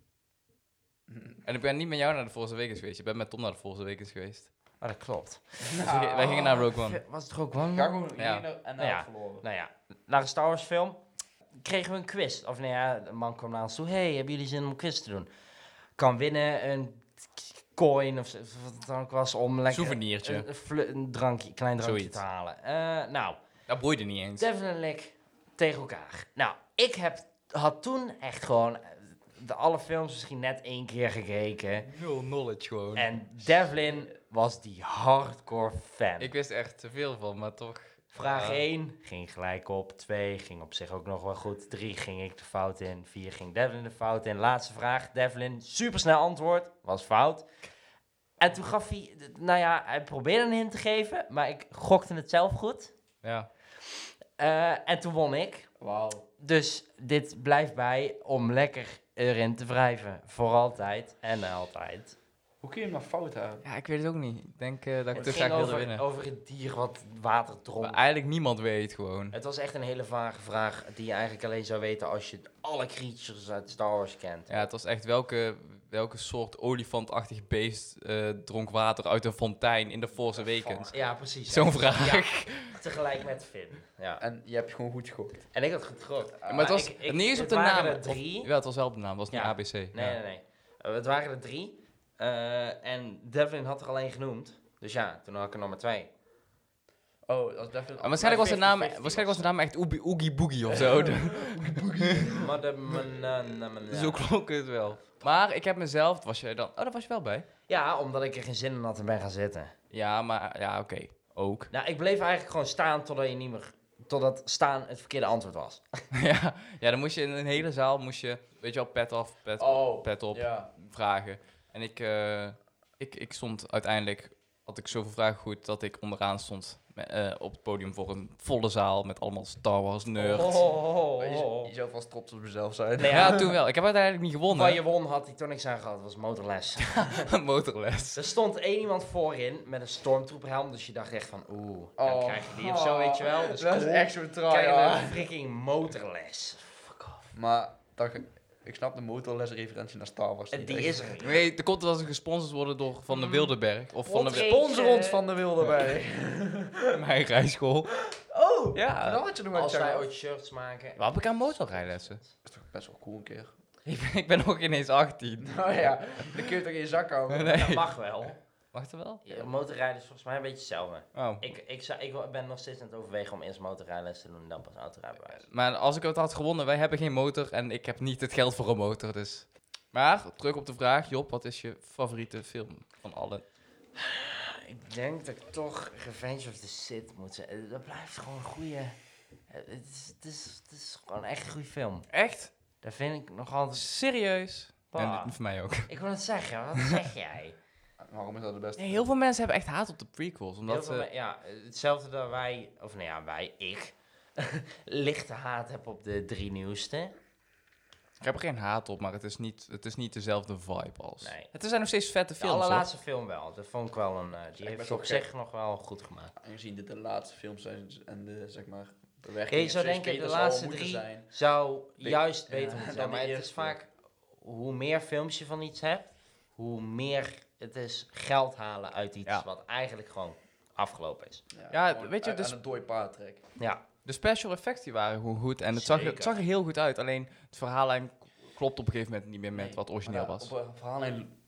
En ik ben niet met jou naar de Force Awakens geweest. Je bent met Tom naar de Force Awakens geweest. Oh, dat klopt. Dus we gingen- wij gingen naar Rogue One. Was het Rogue One? Ga gewoon Ja. hier en Nou ja. daar verloren. Nou ja, naar een Star Wars film kregen we een quiz. Of nee, ja, de man kwam naar ons toe. Hey, hebben jullie zin om een quiz te doen? Kan winnen een coin of zo- of wat het dan ook was om lekker Souvenirtje. een, een, flu- een drankje, klein drankje Zoiets. te halen. Eh, nou, Dat boeide niet eens. Devlin en ik tegen elkaar. Nou, ik heb, had toen echt gewoon eh, de alle films misschien net één keer gekeken. Nul knowledge gewoon. En Devlin was die hardcore fan. Ik wist echt te veel van, maar toch... Vraag Ja. één ging gelijk op. twee ging op zich ook nog wel goed. drie ging ik de fout in. vier ging Devlin de fout in. Laatste vraag. Devlin, supersnel antwoord. Was fout. En toen gaf hij... d- Nou ja, hij probeerde een hint te geven. Maar ik gokte het zelf goed. Ja. Eh, en toen won ik. Wauw. Dus dit blijft bij om lekker erin te wrijven. Voor altijd en altijd. Hoe kun je hem nou fout houden? Ja, ik weet het ook niet. Ik denk eh, dat ik Het te ging graag wilde over, winnen. over het dier wat water dronk. Maar eigenlijk niemand weet gewoon. Het was echt een hele vage vraag die je eigenlijk alleen zou weten als je alle creatures uit Star Wars kent. Ja, het was echt welke, welke soort olifantachtig beest eh, dronk water uit een fontein in de Force Awakens. Ja, precies. Zo'n Ja. vraag. Ja, tegelijk met Finn. Ja. En je hebt gewoon goed gegokt. En ik had het getrokken. maar het was ik- ik- niet eens op het de waren naam. er drie. Of- ja, het was wel op de naam. Het was niet Ja. A B C. Nee, ja. nee, nee. Uh, het waren er drie. Uh, en Devlin had er alleen genoemd. Dus ja, toen had ik er nog maar twee. Oh, dat is deftig. En waarschijnlijk was de naam, vijftig waarschijnlijk was de naam echt Oogie Oogie Boogie of zo. Maar de... mijn, eh, na- mijn, ja. Zo klonk het wel. Maar ik heb mezelf, was jij dan... Oh, daar was je wel bij. Ja, omdat ik er geen zin in had en ben gaan zitten. Ja, maar ja, oké. Ook. Nou, ik bleef eigenlijk gewoon staan totdat je niet meer... Totdat staan het verkeerde antwoord was. ja, ja, dan moest je in een hele zaal, moest je, weet je wel, pet af, pet, Oh, pet op, ja. vragen. En ik, eh, ik, ik stond uiteindelijk, had ik zoveel vragen goed, dat ik onderaan stond met, eh, op het podium voor een volle zaal met allemaal Star Wars nerds. Oh, Je, je zou vast trots op jezelf zijn. Nee, Ja, ja, toen wel. Ik heb uiteindelijk niet gewonnen. Waar je won had hij toen niks aan gehad, was motorles. Motorles. Er stond één iemand voorin met een stormtrooper helm, dus je dacht echt van oeh, dan Oh. krijg je die of zo, weet je wel. Dus dat is cool. echt zo'n Krijg je try, een freaking motorles. Maar dat, ge- ik snap de motorles-referentie naar Star Wars. En niet die echt. is er niet. Nee, de komt dat ze gesponsord worden door Van de Wildenberg. Of van de Potreet. Sponsor ons van de Wilderberg. mijn rijschool. Oh, Ja. dat had je nog Als wel wij checken. ooit shirts maken. Waar heb ik aan motorrijlessen? Dat is toch best wel cool een keer. Ik ben, ik ben nog ineens achttien. Nou ja, dan kun je toch in je zak houden. Nee. Dat mag wel. Wacht er wel? Ja, motorrijden is volgens mij een beetje hetzelfde. Oh. Ik, ik, zou, ik ben nog steeds aan het overwegen om eerst motorrijles te doen en dan pas autorijbewijs. Maar als ik het had gewonnen, wij hebben geen motor en ik heb niet het geld voor een motor, dus... Maar, terug op de vraag, Job, wat is je favoriete film van alle? Ik denk dat ik toch Revenge of the Sith moet zeggen. Dat blijft gewoon een goede... Het is, het, is, het is gewoon echt een goede film. Echt? Dat vind ik nog altijd... Serieus? Bah. En voor mij ook. Ik wil het zeggen, wat zeg jij? Waarom is dat de beste? Nee, heel veel mensen hebben echt haat op de prequels, Heel omdat veel ze... me- ja, hetzelfde dat wij, of nou ja, wij, ik, lichte haat heb op de drie nieuwste. Ik heb er geen haat op, maar het is niet, het is niet dezelfde vibe als... Nee. Het zijn nog steeds vette De films, hoor. allerlaatste film wel, dat vond ik wel een, uh, die best heeft wel op gek. zich nog wel goed gemaakt. Aangezien dit de laatste films zijn en de, zeg maar, de Ja, werking je zou steeds denken, de beter zal laatste moeten drie zijn. zou Be- juist ja, beter moeten dan zijn, de maar het is eerste. vaak, hoe meer films je van iets hebt, hoe meer het is geld halen uit iets Ja. wat eigenlijk gewoon afgelopen is. Ja, gewoon weet je, aan- dus- aan een dooi paard trekken. Ja, De special effects die waren gewoon goed en het zag, er, Zeker. het zag er heel goed uit. Alleen het verhaallijn klopt op een gegeven moment niet meer met Nee, wat origineel maar was. Op een verhaallijn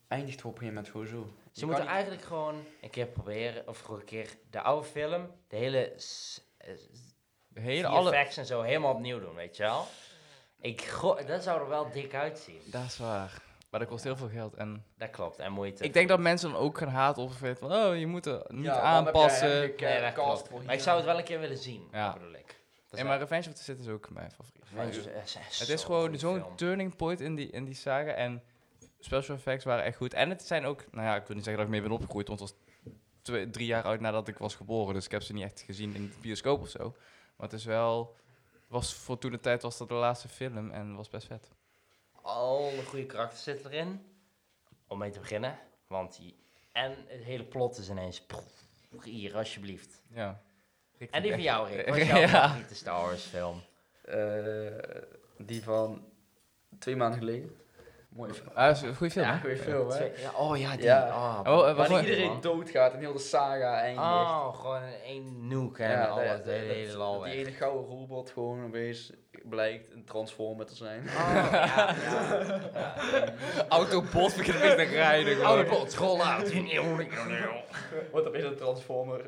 eindigt op een gegeven moment gewoon zo. Ze moeten eigenlijk gewoon een keer proberen, of gewoon een keer de oude film, de hele s- eh, De hele alle... V F X en zo helemaal opnieuw doen, weet je wel? Ik go- dat zou er wel dik uitzien. Dat is waar. Maar dat kost heel veel geld. En Dat klopt, en moeite. ik denk dat mensen dan ook gaan haten of het van, oh, je moet het niet Ja, dan aanpassen. heb jij Nee, hem dat gecast klopt. voor Maar hier. ik zou het wel een keer willen zien, Ja. dat bedoel ik. Dat Ja, is maar Revenge of the Sith is ook mijn favoriet. Avengers, eh, zijn Het zo'n is gewoon goede zo'n film. turning point in die, in die saga. En special effects waren echt goed. En het zijn ook, nou ja, ik wil niet zeggen dat ik mee ben opgegroeid, want het was twee, drie jaar oud nadat ik was geboren. Dus ik heb ze niet echt gezien in de bioscoop of zo. Maar het is wel, was voor toen de tijd was dat de laatste film en was best vet. Al een goede karakters zitten erin. Om mee te beginnen. Want die... En het hele plot is ineens... pff, hier, alsjeblieft. Ja. Ik En die van vind jou, echt- Rick. Wat is jouw Ja. favoriete Star Wars film? Eh, die van twee maanden geleden. Mooie film. Ah, dat is een goede film, Ja, hè? goede film, hè? Twee- ja, oh ja, die. Ja. Oh, Oh, eh, wat Waar voor- iedereen man. doodgaat en heel de saga eindigt. Oh, gewoon één nuke en Ja, alles. dat- De hele, dat- hele lal Die weg. ene gouden robot gewoon opeens blijkt een transformer te zijn. Oh, ja, ja. Autobot begint een beetje te rijden. gewoon. Autobot, school uit. Wordt opeens een transformer.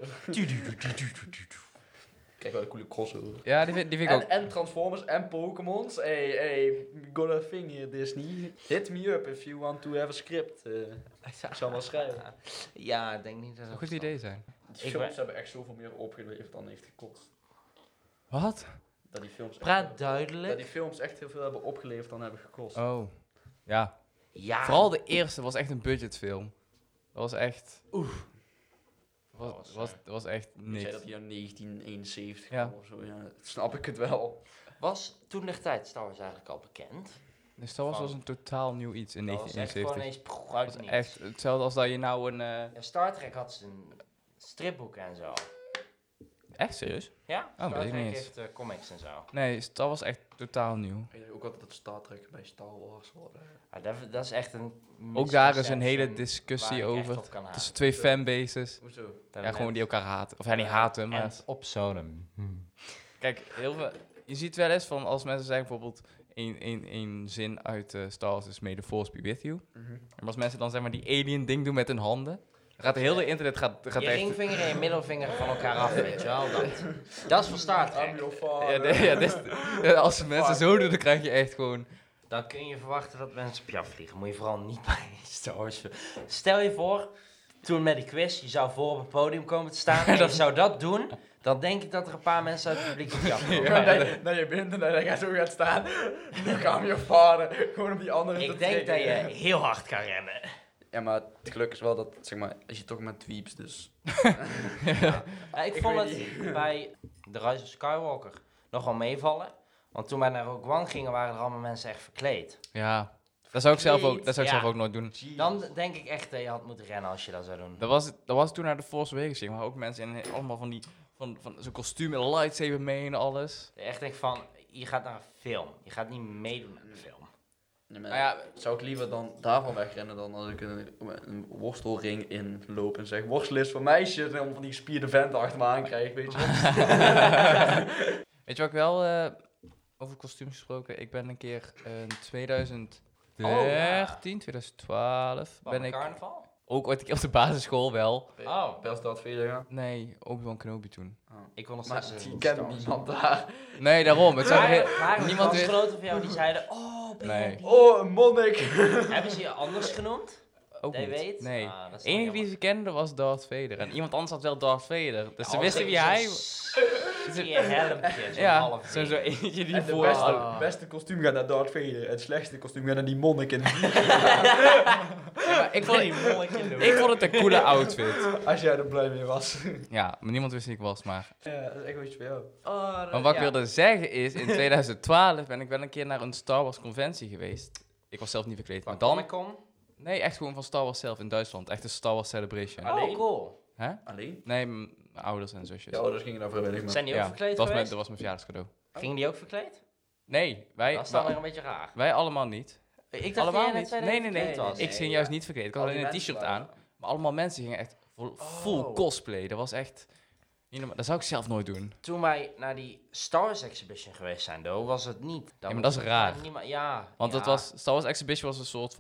Kijk wel een coole crossover. Ja, die vind, die vind ik En, ook. en Transformers en Pokémons. Hey, hey, got a thing here, Disney. Hit me up if you want to have a script. Eh, ik zal wel schrijven. Ja, ik denk niet dat Een dat goed idee zijn. Die Ik films ben- hebben echt zoveel meer opgeleverd dan heeft gekost. Wat? Dat die films echt, Praat dat duidelijk. die films echt heel veel hebben opgeleverd dan hebben gekost. Oh. Ja. Ja. Vooral de eerste was echt een budgetfilm. Dat was echt... Oef. Was, Dat was, was, eh, was echt Ik niks. zei dat hij in negentien eenenzeventig Ja. kwam of zo. Ja, snap ik het wel. Was toen de tijd Star Wars eigenlijk al bekend? Nee, Star Wars Van- was een totaal nieuw iets in Dat was echt gewoon negentien eenenzeventig. eens pff, uit Dat het was niets. echt hetzelfde als dat je nou een... eh, Ja, Star Trek had zijn stripboeken en zo. Echt serieus? Ja, Oh, Star weet ik Trek niet eens. heeft eh, comics en zo. Nee, Star was echt totaal nieuw. Ik denk ook altijd dat Star Trek bij Star Wars hoorde. Ja, dat, dat is echt een Ook daar is een hele misconception discussie waar ik echt over. op kan haten. Tussen twee fanbases. Hoezo? Dat Ja, gewoon net- die elkaar haten. Of ja, niet haten, maar... En op Sodom. Kijk, heel veel, je ziet wel eens van als mensen zeggen bijvoorbeeld één, één, één zin uit eh Star Wars is May the Force be with you. Mhm. En als mensen dan zeg maar die alien ding doen met hun handen, dan gaat de hele internet gaat, gaat Je echt... ringvinger en je middelvinger van elkaar af, weet je wel. Dat, dat is voor Star I'm Trek. your father. Ja, de- ja, dit is- ja, als mensen zo doen, dan krijg je echt gewoon... Dan kun je verwachten dat mensen op je afvliegen. Moet je vooral niet bij Star Wars filmen. Stel je voor, toen met die quiz, je zou voor op het podium komen te staan en je zou dat doen, dan denk ik dat er een paar mensen uit het publiek op je afkomen. Ja, dat, je, dat je bent en dat je zo gaat staan. Nu kwam je vader. Gewoon op die andere te Ik denk dat trekken. je heel hard kan rennen. Ja, maar het geluk is wel dat, zeg maar, als je toch met dweeps, dus... Ja, ik, Ik vond weet het bij The Rise of Skywalker nog wel meevallen. Want toen wij naar Rogue One gingen, waren er allemaal mensen echt verkleed. Ja, dat zou ik zelf ook, dat zou ik Ja. zelf ook nooit doen. Dan denk ik echt dat je had moeten rennen als je dat zou doen. Dat was, dat was toen naar de Force Awakens ging, maar ook mensen in allemaal van die... Van, van zo'n kostuum met een lightsaber mee en alles. Echt denk van, je gaat naar een film. Je gaat niet meedoen met de film. Ja, maar Nou ja, zou ik liever dan daarvan wegrennen dan als ik een, een worstelring inloop en zeg worstel is voor meisjes en dan van die gespierde vent achter me aan krijg, weet je. weet je wat ik wel... eh, over kostuums gesproken, ik ben een keer in twintig dertien, twintig twaalf, Wat, ben een ik carnaval? ook ooit een keer op de basisschool wel. Oh, Best dat veel ja. Nee, Obi-Wan Kenobi toen. ik wil nog Maar steeds... die een kent Star Wars niemand film. daar. Nee, daarom. Het zijn er Waren heel- waren er niemand weet- klasgenoten van jou die zeiden, oh, ben jij Nee. die? Oh, een monnik. Hebben ze je anders genoemd? ook Dat je niet. weet? Nee. Ah, dat is De enige dan die ze kenden was Darth Vader. En iemand anders had wel Darth Vader. Dus ze jammer. wisten Ja, wie zo'n- hij zo'n was. zie je helmpje, zo'n Ja, half zo, zo ding. eentje die En de voor beste, Ah. beste kostuum gaat naar Darth Vader. Het slechtste kostuum gaat naar die monnik. In Ja, maar ik, vond, Die monnik in de ik vond het een coole outfit. Als jij er blij mee was. Ja, maar niemand wist wie ik was. Maar, Ja, dat is echt wel iets voor jou. Oh, maar wat ik ja. wilde zeggen is, in twintig twaalf ben ik wel een keer naar een Star Wars conventie geweest. Ik was zelf niet verkleed. Maar Van dan... Comic-Con? Nee, echt gewoon van Star Wars zelf in Duitsland. Echt een Star Wars celebration. Alleen? Oh, cool. Hè? Alleen? Nee, mijn ouders en zusjes. Ja, ouders gingen daar vrijwillig mee. Zijn die ook Ja, verkleed dat was, mijn, geweest? dat was mijn verjaardagscadeau. Gingen die ook verkleed? Nee, wij, Dat is dan wij, weer een beetje raar. wij allemaal niet. Ik dacht Allemaal dat jij net niet. zei dat Nee, je nee, nee. verkleed was. Ik ging juist niet verkleed. Ik had Al alleen die een mensen t-shirt waren- aan. Maar allemaal mensen gingen echt vol, full Oh. cosplay. Dat was echt... niet normaal. Dat zou ik zelf nooit doen. Toen wij naar die Star Wars Exhibition geweest zijn, though, was het niet. Ja, maar dat is raar. Niemand, ja. Want ja. het was, Star Wars Exhibition was een soort van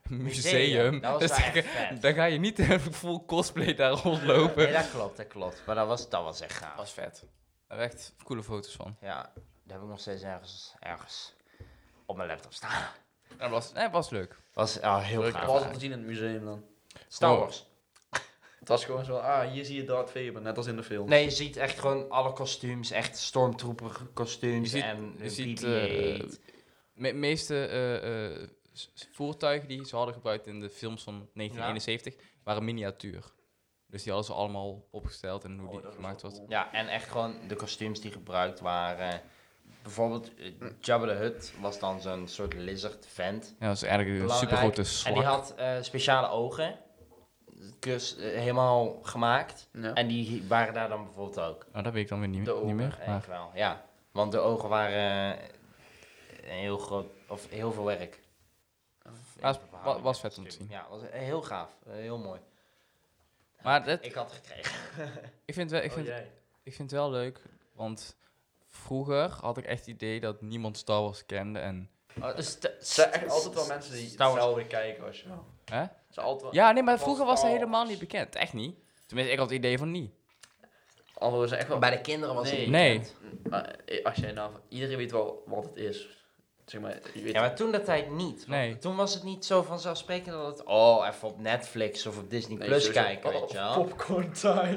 museum. Dat was Dus wel dan, echt vet. dan ga je niet vol cosplay daar rondlopen. Nee, dat klopt, dat klopt. Maar dat was, dat was echt gaaf. Dat was vet. Daar heb ik echt coole foto's van. Ja, daar heb ik nog steeds ergens, ergens op mijn laptop staan. Dat was, nee, was leuk. Was oh, heel Leuk, Wat gaaf. was het te zien in het museum dan? Star Oh. Wars. Het was gewoon zo, ah, hier zie je Darth Vader, net als in de film. Nee, je ziet echt gewoon alle kostuums, echt stormtrooper kostuums Je ziet- en je de ziet, B B eight. De meeste eh, eh, s- s- voertuigen die ze hadden gebruikt in de films van negentien eenenzeventig waren miniatuur. Dus die hadden ze allemaal opgesteld en hoe Oh, die dat is gemaakt wel was. cool. Ja, en echt gewoon de kostuums die gebruikt waren. Bijvoorbeeld eh, Jabba the Hutt was dan zo'n soort lizard vent. Ja, dat is eigenlijk een Belangrijk. super grote En slak. die had eh, speciale ogen. Dus eh, helemaal gemaakt. Ja. En die waren daar dan bijvoorbeeld ook. Nou, dat weet ik dan weer niet, De niet ogen, meer. Denk Maar ik wel, ja. Want de ogen waren eh, een heel groot, of heel veel werk. was- wa- was vet om te zien. Ja, was heel gaaf. eh, Heel mooi. Maar dat, Ik had het gekregen. ik, vind wel, ik, Oh, vind, jij. ik vind het wel leuk, want vroeger had ik echt het idee dat niemand Star Wars kende. En, Oh, dus Er zijn echt altijd wel mensen die Star Wars. hetzelfde kijken als jou. hè? Er zijn altijd wel... Ja, nee, maar Was vroeger was het Star helemaal Wars. niet bekend. Echt niet. Tenminste, ik had het idee van niet. Anderen zijn echt wel... Bij de kinderen was Nee. het Nee. bekend. Maar, eh, als jij nou... Iedereen weet wel wat het is. Zeg maar, je weet Ja, maar toen dat tijd niet. Want Nee. Toen was het niet zo vanzelfsprekend dat het... Oh, even op Netflix of op Disney Nee, Plus sowieso. kijken, Oh, weet je wel. Popcorn time.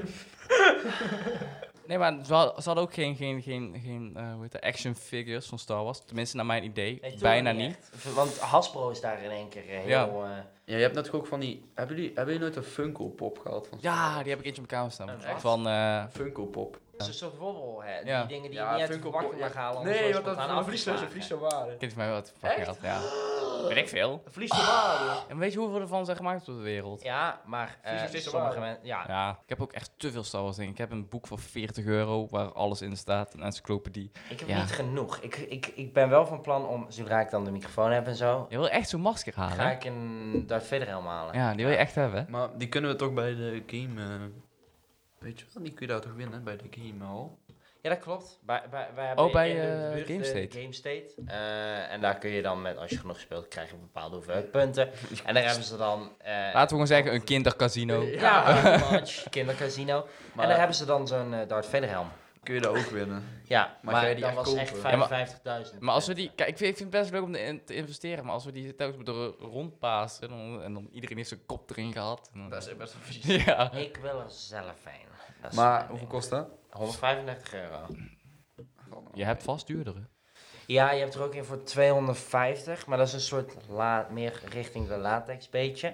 Nee, maar ze hadden, ze hadden ook geen, geen, geen, geen eh, hoe heet dat, action figures van Star Wars. Tenminste, naar mijn idee. Nee, toen Bijna nog niet. echt. Want Hasbro is daar in één keer eh, Ja. heel... eh, Ja, je hebt natuurlijk ook van die... Hebben jullie, hebben jullie nooit een Funko Pop gehad? Van Ja, die heb ik eentje op mijn kamer staan. Een wat? Van, eh, Funko Pop. Het is een soort wobbel, hè. Ja. Die dingen die Ja, je niet uit de Funko verwachting Pop, mag ja. halen. anders Nee, wordt want het dat spontaan een vlies is een afgeslagen. vlies waarde. kind van mij wat fucking Echt? had, ja. Weet ik veel. Een vlies waarde. En weet je hoeveel ervan zijn gemaakt op de wereld? Ja, maar eh, Fysisch is er sommige waar. mensen... Ja, Ja, ik heb ook echt te veel Star Wars dingen. Ik heb een boek voor veertig euro waar alles in staat, een encyclopedie. ik heb Ja. niet genoeg. Ik, ik, ik ben wel van plan om, zodra ik dan de microfoon heb en zo... Je wil echt zo'n masker halen, Ga hè? ik een Darth Vader helm halen. Ja, die wil je echt hebben, hè? Maar die kunnen we toch bij de game... eh, weet je wel, die kun je daar toch winnen bij de game hal? Ja, dat klopt. Bij, bij, wij hebben Oh, bij, in de eh, buurt, Game eh, State. Game State. Eh, en daar kun je dan met, als je genoeg speelt, krijg je een bepaalde hoeveelheid punten. En daar hebben ze dan... eh, Laten we gewoon zeggen, een kindercasino. Ja, pretty much. Kindercasino. Maar en daar hebben ze dan zo'n eh, Darth Vader helm. kun je daar ook winnen. Ja, Maar maar, ga je die dat echt was echt kopen? Ja, maar- vijfenvijftigduizend. Maar als we die... Kijk, ik vind, ik vind het best leuk om in te investeren, maar als we die telkens moeten rondpassen en dan, en dan iedereen heeft zijn kop erin gehad. En dan- Dat is echt best wel vies. ja. Ik wil er zelf een. Dat is Maar mijn hoeveel ding. kost dat? honderdvijfendertig euro. Je hebt vast duurdere. Ja, je hebt er ook een voor tweehonderdvijftig, maar dat is een soort la meer richting de latex beetje.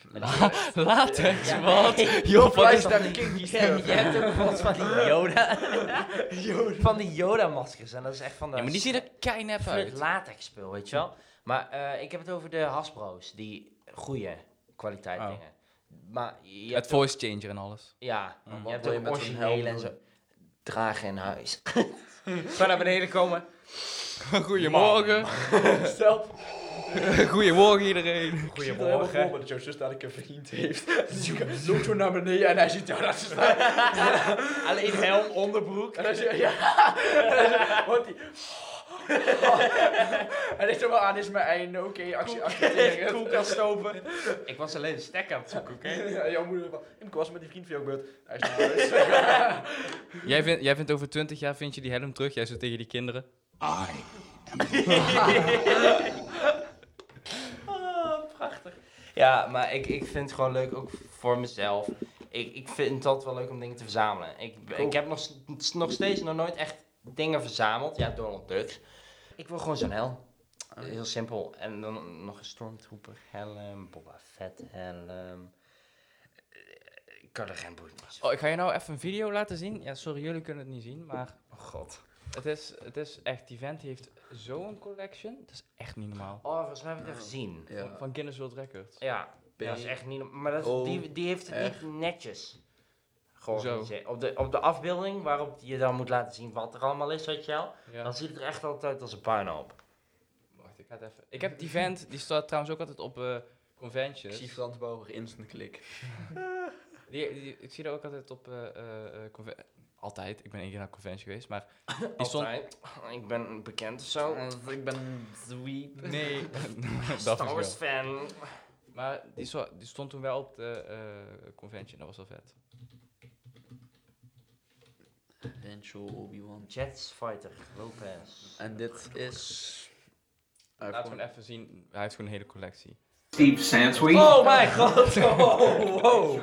Latex, Ja. wat? Nee. Joh, wat is dat dat? een kinky Je stuff. hebt ook bijvoorbeeld van die Yoda. Van die Yoda-maskers. En dat is echt van de... Ja, maar die zien er keinep het uit. latex spul, weet je wel. Maar eh, ik heb het over de Hasbro's. Die goede kwaliteit Oh. dingen. Maar je Met hebt ook- voice changer en alles. Ja, Mm. je hebt wil je ook met zo'n originele helm en zo. doen? Dragen in huis. Gewoon naar beneden komen. Goedemorgen. Stel, Goedemorgen iedereen. ik zie het er helemaal voor me dat jouw zus dadelijk een vriend heeft. Dus je loopt zo naar beneden en hij ziet jou dat ze staan. Alleen helm, onderbroek. En dan zie je, ja. Wat die... En ik zeg maar aan, dit is mijn einde, oké, actie, accepteren. Koelkast open. Ik was alleen de stekker aan het zoeken, oké? Ja, jouw moeder van, ik was met die vriend van jou gebeurd. Hij is naar huis. Jij, vindt, jij vindt over twintig jaar vind je die helm terug. Jij zit tegen die kinderen. Oh, prachtig. Ja, maar ik, ik vind het gewoon leuk, ook voor mezelf. Ik, ik vind het altijd wel leuk om dingen te verzamelen. Ik, ik heb nog, s- nog steeds nog nooit echt dingen verzameld. Ja, Donald Ducks. Ik wil gewoon zo'n helm. Heel simpel. En dan nog een Stormtrooper helm, Boba Fett helm. Ik kan er geen boeit niet. Oh, ik ga je nou even een video laten zien. Ja, sorry, jullie kunnen het niet zien, maar Oh god. het is, het is echt, die vent die heeft zo'n collection. Dat is echt niet normaal. Oh, volgens mij heb ik het gezien. Ja. Van, van Guinness World Records. Ja, dat is echt niet... Maar dat, Oh, die, die heeft het niet netjes Hoezo? georganiseerd. Op de, op de afbeelding waarop je dan moet laten zien wat er allemaal is, weet je wel. Ja. Dan ziet het er echt altijd uit als een puinhoop. Wacht, ik ga het even... Ik heb die vent, die staat trouwens ook altijd op eh, Ik conventions. zie Frans Bauer instant klik. Die, die, ik zie er ook altijd op... eh, eh, eh, conve- altijd, ik ben één keer naar een conventie geweest, maar... Die stond... Altijd. Ik ben bekend of zo. Ik ben sweet. Nee, dat Star is Wars wel. fan. Maar die, zo- die stond toen wel op de eh, convention, dat was wel vet. Densho, Obi-Wan. Jets Fighter, Lopez. En dit is... hij heeft Laten we gewoon- hem even zien. Hij heeft gewoon een hele collectie. Steve Sansweet. Oh mijn god! Oh, wow!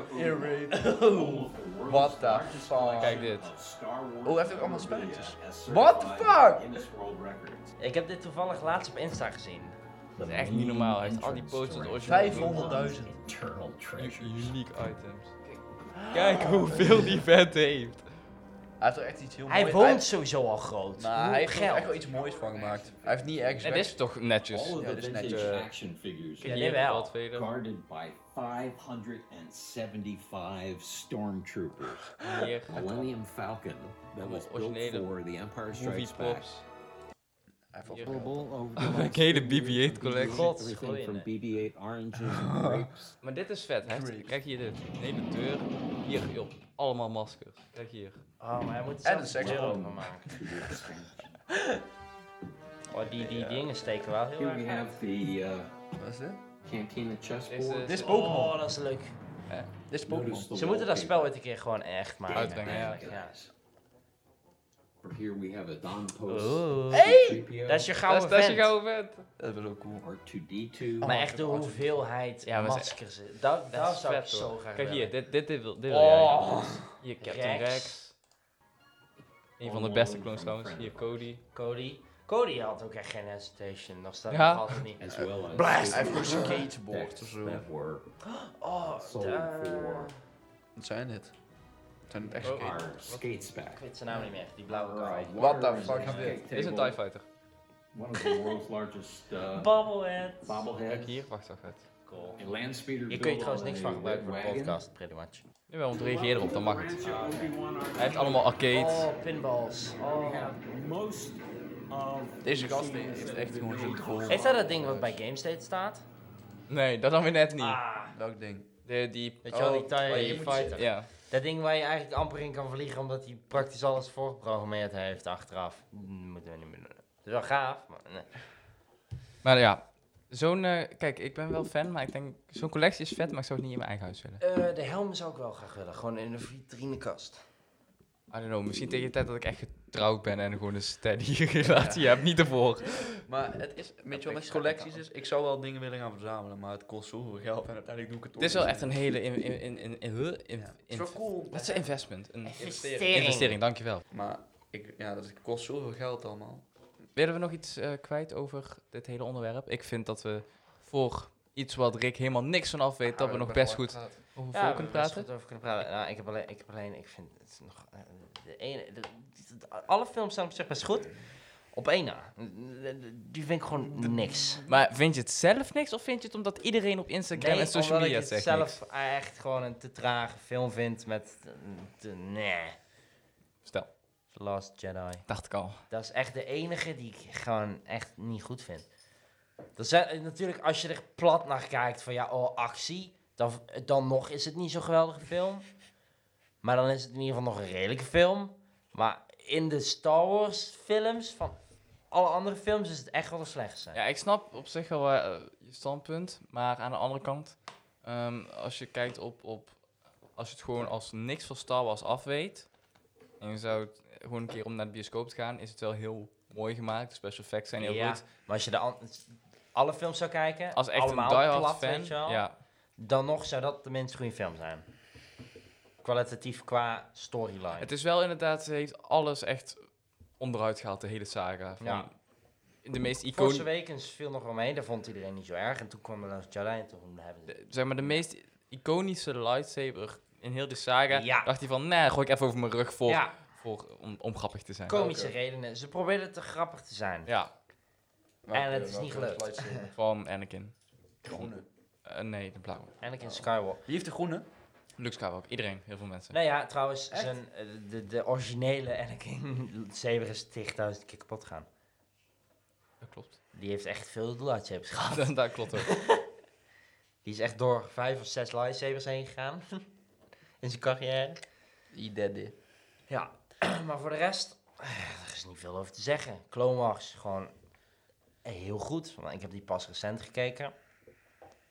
What the fuck? Kijk dit. Oh, hij heeft ook allemaal spelletjes. What the fuck? Ik heb dit toevallig laatst op Insta gezien. Dat is echt niet normaal. Hij heeft al die posters origineel. vijfhonderdduizend. Unique items. Kijk hoeveel die vent heeft. Hij heeft er echt iets heel Hij moois... woont sowieso al groot. Nou, Hoe hij heeft er geld? echt wel iets moois van gemaakt. Hij heeft niet ergens En weg- dit is toch netjes. All of Ja, the dit is vintage netjes. action figures Ja, are dit wel. Wat verder. guarded by five hundred seventy-five stormtroopers. Hier. Millennium Falcon that was built Originele for the Empire Movie Strikes Back. props. Hij heeft Hier. wel veel. Available over the Een last hele few B B years, eight collectie. God, everything from goeie, B B eight oranges and grapes. Maar dit is vet. Hij heeft, kijk hier dit. Een hele deur. Hier, joh. Allemaal maskers. Kijk hier. Oh, maar hij moet En er de zelf seks- deur over maken. To the expansion. Oh, die, die dingen steken wel heel Here erg we uit. have the uh, Wat is dit? Cantina Deze chessboard. Dit is is Pokémon. Oh, dat is leuk. Dit is Pokémon. Notice the Ze moeten dat spel wallpaper. ooit een keer gewoon echt maken. Uitbrengen, ja. Ja. For here we have a Don Post. Oh. Hey! Dat is je Dat gouden is, dat is je vent. gouden vent. Dat is wel cool. R two D two. Maar echt de hoeveelheid Ja, maar ze- maskers. Dat, Dat dat is zou ik vet, zo hoor. graag Kijk hier. willen. Dit, dit, dit wil, dit wil jij. Oh, Hier, Captain Rex. Rex. Een van de beste clones trouwens. Hier, Cody. Cody. Cody had ook echt geen hesitation. Nog staat Ja. nog altijd niet. As well as Blast! Hij heeft gewoon uh, skateboard of decks zo. that were Oh, sold da- for Wat zijn dit? Het zijn echt Oh. skate. our skate spec. Ik weet zijn naam niet meer. Die blauwe Our, uh, guy. What the water fuck is resistant dit? Dit is een table, TIE Fighter. One of the world's largest uh, Bobblehead. bobbleheads. Kijk hier. Wacht, wacht, wacht. Cool. A land speeder Hier kun je built trouwens on niks a van gebruiken voor de wagon. podcast, pretty much. Jawel, want reageer erop, dan mag het. Uh, Obi-Wan Hij heeft allemaal arcades. Oh, pinballs. We Oh. have most of Deze gast heeft echt gewoon zijn troll. Heeft hij dat ding wat bij GameState staat? Nee, dat dan weer net niet. Ah, Welk ding? De, die... weet je wel, die Oh, TIE waar je moet Fighter. Ja. Dat ding waar je eigenlijk amper in kan vliegen omdat hij praktisch alles voorgeprogrammeerd heeft achteraf. Mm, Moeten we niet meer doen. Het is wel gaaf, maar nee. Maar ja, zo'n... eh, kijk, ik ben wel fan, maar ik denk... Zo'n collectie is vet, maar ik zou het niet in mijn eigen huis willen. Eh, de helm zou ik wel graag willen, gewoon in de vitrinekast. I don't know, misschien tegen de tijd dat ik echt getrouwd ben en gewoon een steady relatie heb, niet ervoor. Maar het is, weet je wat met collecties is? Ik zou wel dingen willen gaan verzamelen, maar het kost zoveel geld en uiteindelijk doe ik het toch Het is wel niet. echt een hele... In, in, in, in, in, in- in- Ja. Het is wel cool. Wat is een investment? Een Investering. investering, dankjewel. Maar ik, ja, dat kost zoveel geld allemaal. Willen we nog iets eh, kwijt over dit hele onderwerp? Ik vind dat we voor iets wat Rick helemaal niks van af weet, dat we nog best goed over Ja, vol we kunnen best praten. goed over kunnen praten. Nou, ik heb alleen, ik heb alleen, ik vind het nog, eh, de ene, de- de- alle films zijn op zich best goed. Op één na. Die vind ik gewoon niks. Maar vind je het zelf niks of vind je het omdat iedereen op Instagram Nee, en social omdat media ik het zegt niks? zelf echt gewoon een te trage film vind met, eh, te, nee. Stel, The Last Jedi. dacht ik al. Dat is echt de enige die ik gewoon echt niet goed vind. Dat zijn, natuurlijk, als je er plat naar kijkt van ja, oh, actie, dan, dan nog is het niet zo'n geweldige film. Maar dan is het in ieder geval nog een redelijke film. Maar in de Star Wars films van alle andere films is het echt wel de slechtste. Ja, ik snap op zich wel eh, je standpunt, maar aan de andere kant, ehm, als je kijkt op, op, als je het gewoon als niks van Star Wars afweet, en je zou het gewoon een keer om naar de bioscoop te gaan, is het wel heel mooi gemaakt, de special effects zijn heel Ja, goed. maar als je de an- alle films zou kijken, Als echt allemaal een diehard plat, fan, weet je wel, ja, dan nog zou dat de minst goede film zijn. Kwalitatief qua storyline. het is wel inderdaad, ze heeft alles echt onderuit gehaald, de hele saga. Van Ja. De meest Force iconische, Awakens viel nog wel mee, daar vond iedereen niet zo erg. En toen kwam er Last Jedi en toen hebben ze... zeg maar de meest iconische lightsaber in heel de saga, Ja. dacht hij van, nee, gooi ik even over mijn rug voor, Ja, voor om, om grappig te zijn. komische redenen. Ze probeerden te grappig te zijn. Ja, En het is niet gelukt. van Anakin. Groene. Eh, nee, de blauwe. Anakin Skywalker. Wie heeft de groene? Luke Skywalker, iedereen, heel veel mensen. Nou ja, trouwens, Echt? zijn, eh, de, de originele Anakin saber is tigduizend keer kapot gegaan. Dat klopt. Die heeft echt veel lightsabers gehad. dat, dat klopt ook. Die is echt door vijf of zes lightsabers heen gegaan. In zijn carrière. I-Daddy. Ja, maar voor de rest, eh, er is niet veel over te zeggen. Clone Wars, gewoon heel goed. Want ik heb die pas recent gekeken.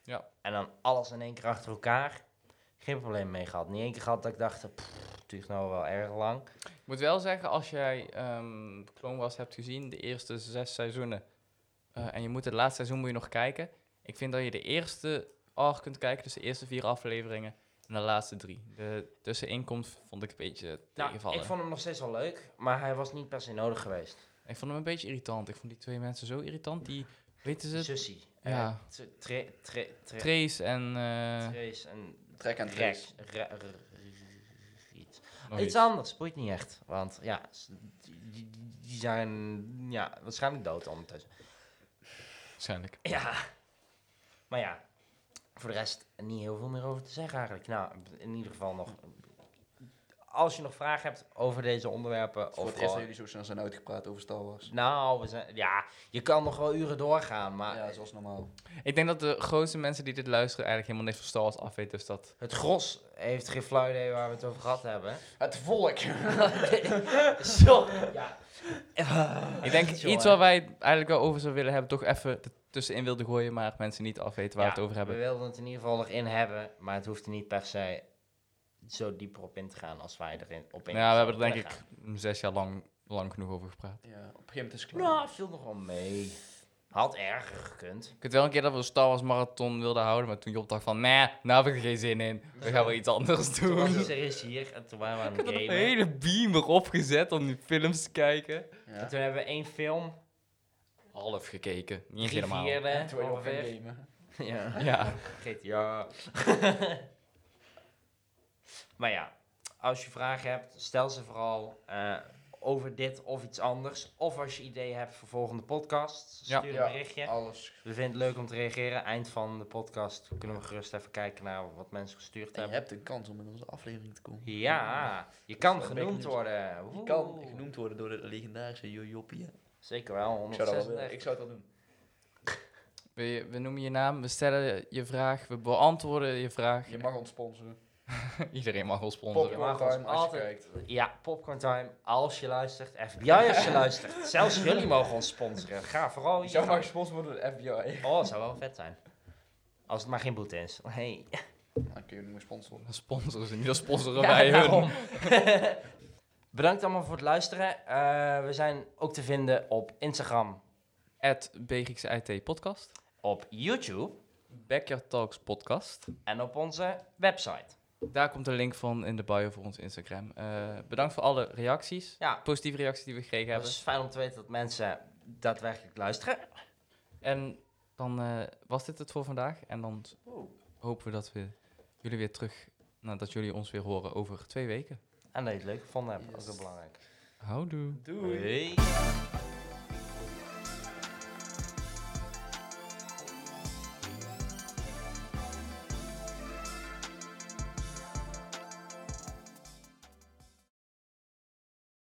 Ja. En dan alles in één keer achter elkaar. Geen probleem mee gehad. Niet één keer gehad dat ik dacht, pff, het duurt nou wel erg lang. Ik moet wel zeggen, als jij ehm Clone Wars hebt gezien, de eerste zes seizoenen, eh, en je moet het laatste seizoen moet je nog kijken. Ik vind dat je de eerste arc kunt kijken, dus de eerste vier afleveringen, en de laatste drie. De tusseninkomst vond ik een beetje Nou, tegenvallen. ik vond hem nog steeds wel leuk, maar hij was niet per se nodig geweest. Ik vond hem een beetje irritant. Ik vond die twee mensen zo irritant. Die, weten ze het? Sussie. Ja. Eh, tra- tra- tra- tra- Trace en... eh Trace en... Trek en Rex. trace. Re- re- re- iets. nog Iets iets. anders, boeit niet echt. Want ja, s- die, die- die zijn ja, waarschijnlijk dood ondertussen. Waarschijnlijk. Ja. Maar ja, voor de rest niet heel veel meer over te zeggen eigenlijk. Nou, in ieder geval nog... Als je nog vragen hebt over deze onderwerpen... Voor of het eerst dat gewoon- jullie zo snel zijn uitgepraat over Star Wars. Nou, we zijn, ja, je kan nog wel uren doorgaan, maar Ja, zoals normaal. Ik denk dat de grootste mensen die dit luisteren eigenlijk helemaal niks van Star Wars af weten. Dus dat... het gros heeft geen flauw idee waar we het over gehad hebben. Het volk! Zo. Ja. Ik denk Zo, iets hè. waar wij eigenlijk wel over zouden willen hebben, toch even er tussenin wilden gooien, maar mensen niet afweten waar Ja, we het over hebben. We wilden het in ieder geval erin hebben, maar het hoeft er niet per se zo dieper op in te gaan als wij erin op in Ja, we hebben er denk willen ik gaan. zes jaar lang, lang genoeg over gepraat. Ja, op een gegeven moment is het klaar. Nou, het viel nog wel mee. Had erger gekund. Ik weet wel een keer dat we een Star Wars marathon wilden houden, maar toen Job dacht van, nee, nou heb ik er geen zin in. We gaan wel iets anders Toen was doen. de series hier en toen waren we aan Ik het had een gamen. hele beamer opgezet om die films te kijken. En Ja. toen hebben we één film, Half gekeken, niet eens drie helemaal. vierde En toen wil je ook gaan ongeveer. gamen. Ja. Ja, G T A. Maar ja, als je vragen hebt, stel ze vooral eh, over dit of iets anders. Of als je ideeën hebt voor volgende podcast, Ja. stuur een Ja. berichtje. Alles. We vinden het leuk om te reageren. Eind van de podcast kunnen we gerust even kijken naar wat mensen gestuurd En je hebben. hebt een kans om in onze aflevering te komen. Ja, je kan Dat is wel genoemd big news. worden. Je Oeh. kan genoemd worden door de legendarische Jojoppie. Zeker wel, Ik zou dat wel willen. honderdzesendertig. Ik zou het wel doen. we, we noemen je naam, we stellen je vraag, we beantwoorden je vraag. Je mag ons sponsoren. Iedereen mag ons sponsoren. Je Popcorn mag ons time als je altijd- kijkt. Ja, Popcorn Time, als je luistert. F B I als je luistert. Zelfs jullie mogen ons sponsoren. Ga vooral Je hier. zou maar gesponsord worden door de F B I. Oh, dat zou wel vet zijn. Als het maar geen boete is. Hey. Dan kun je niet meer sponsoren. Dan sponsoren ze niet, dan sponsoren Ja, wij daarom. hun. Bedankt allemaal voor het luisteren. Eh, we zijn ook te vinden op Instagram, At B G X I T podcast. op YouTube Backyard Talks podcast. en op onze website. Daar komt de link van in de bio voor ons Instagram. Eh, bedankt voor alle reacties. Ja, Positieve reacties die we gekregen het hebben. is fijn om te weten dat mensen daadwerkelijk luisteren. En dan eh, was dit het voor vandaag. En dan s- hopen we dat we jullie weer terug... Nou, dat jullie ons weer horen over twee weken. En dat je het leuk gevonden hebt, Yes. ook heel belangrijk. Houdoe. Doei! Hey.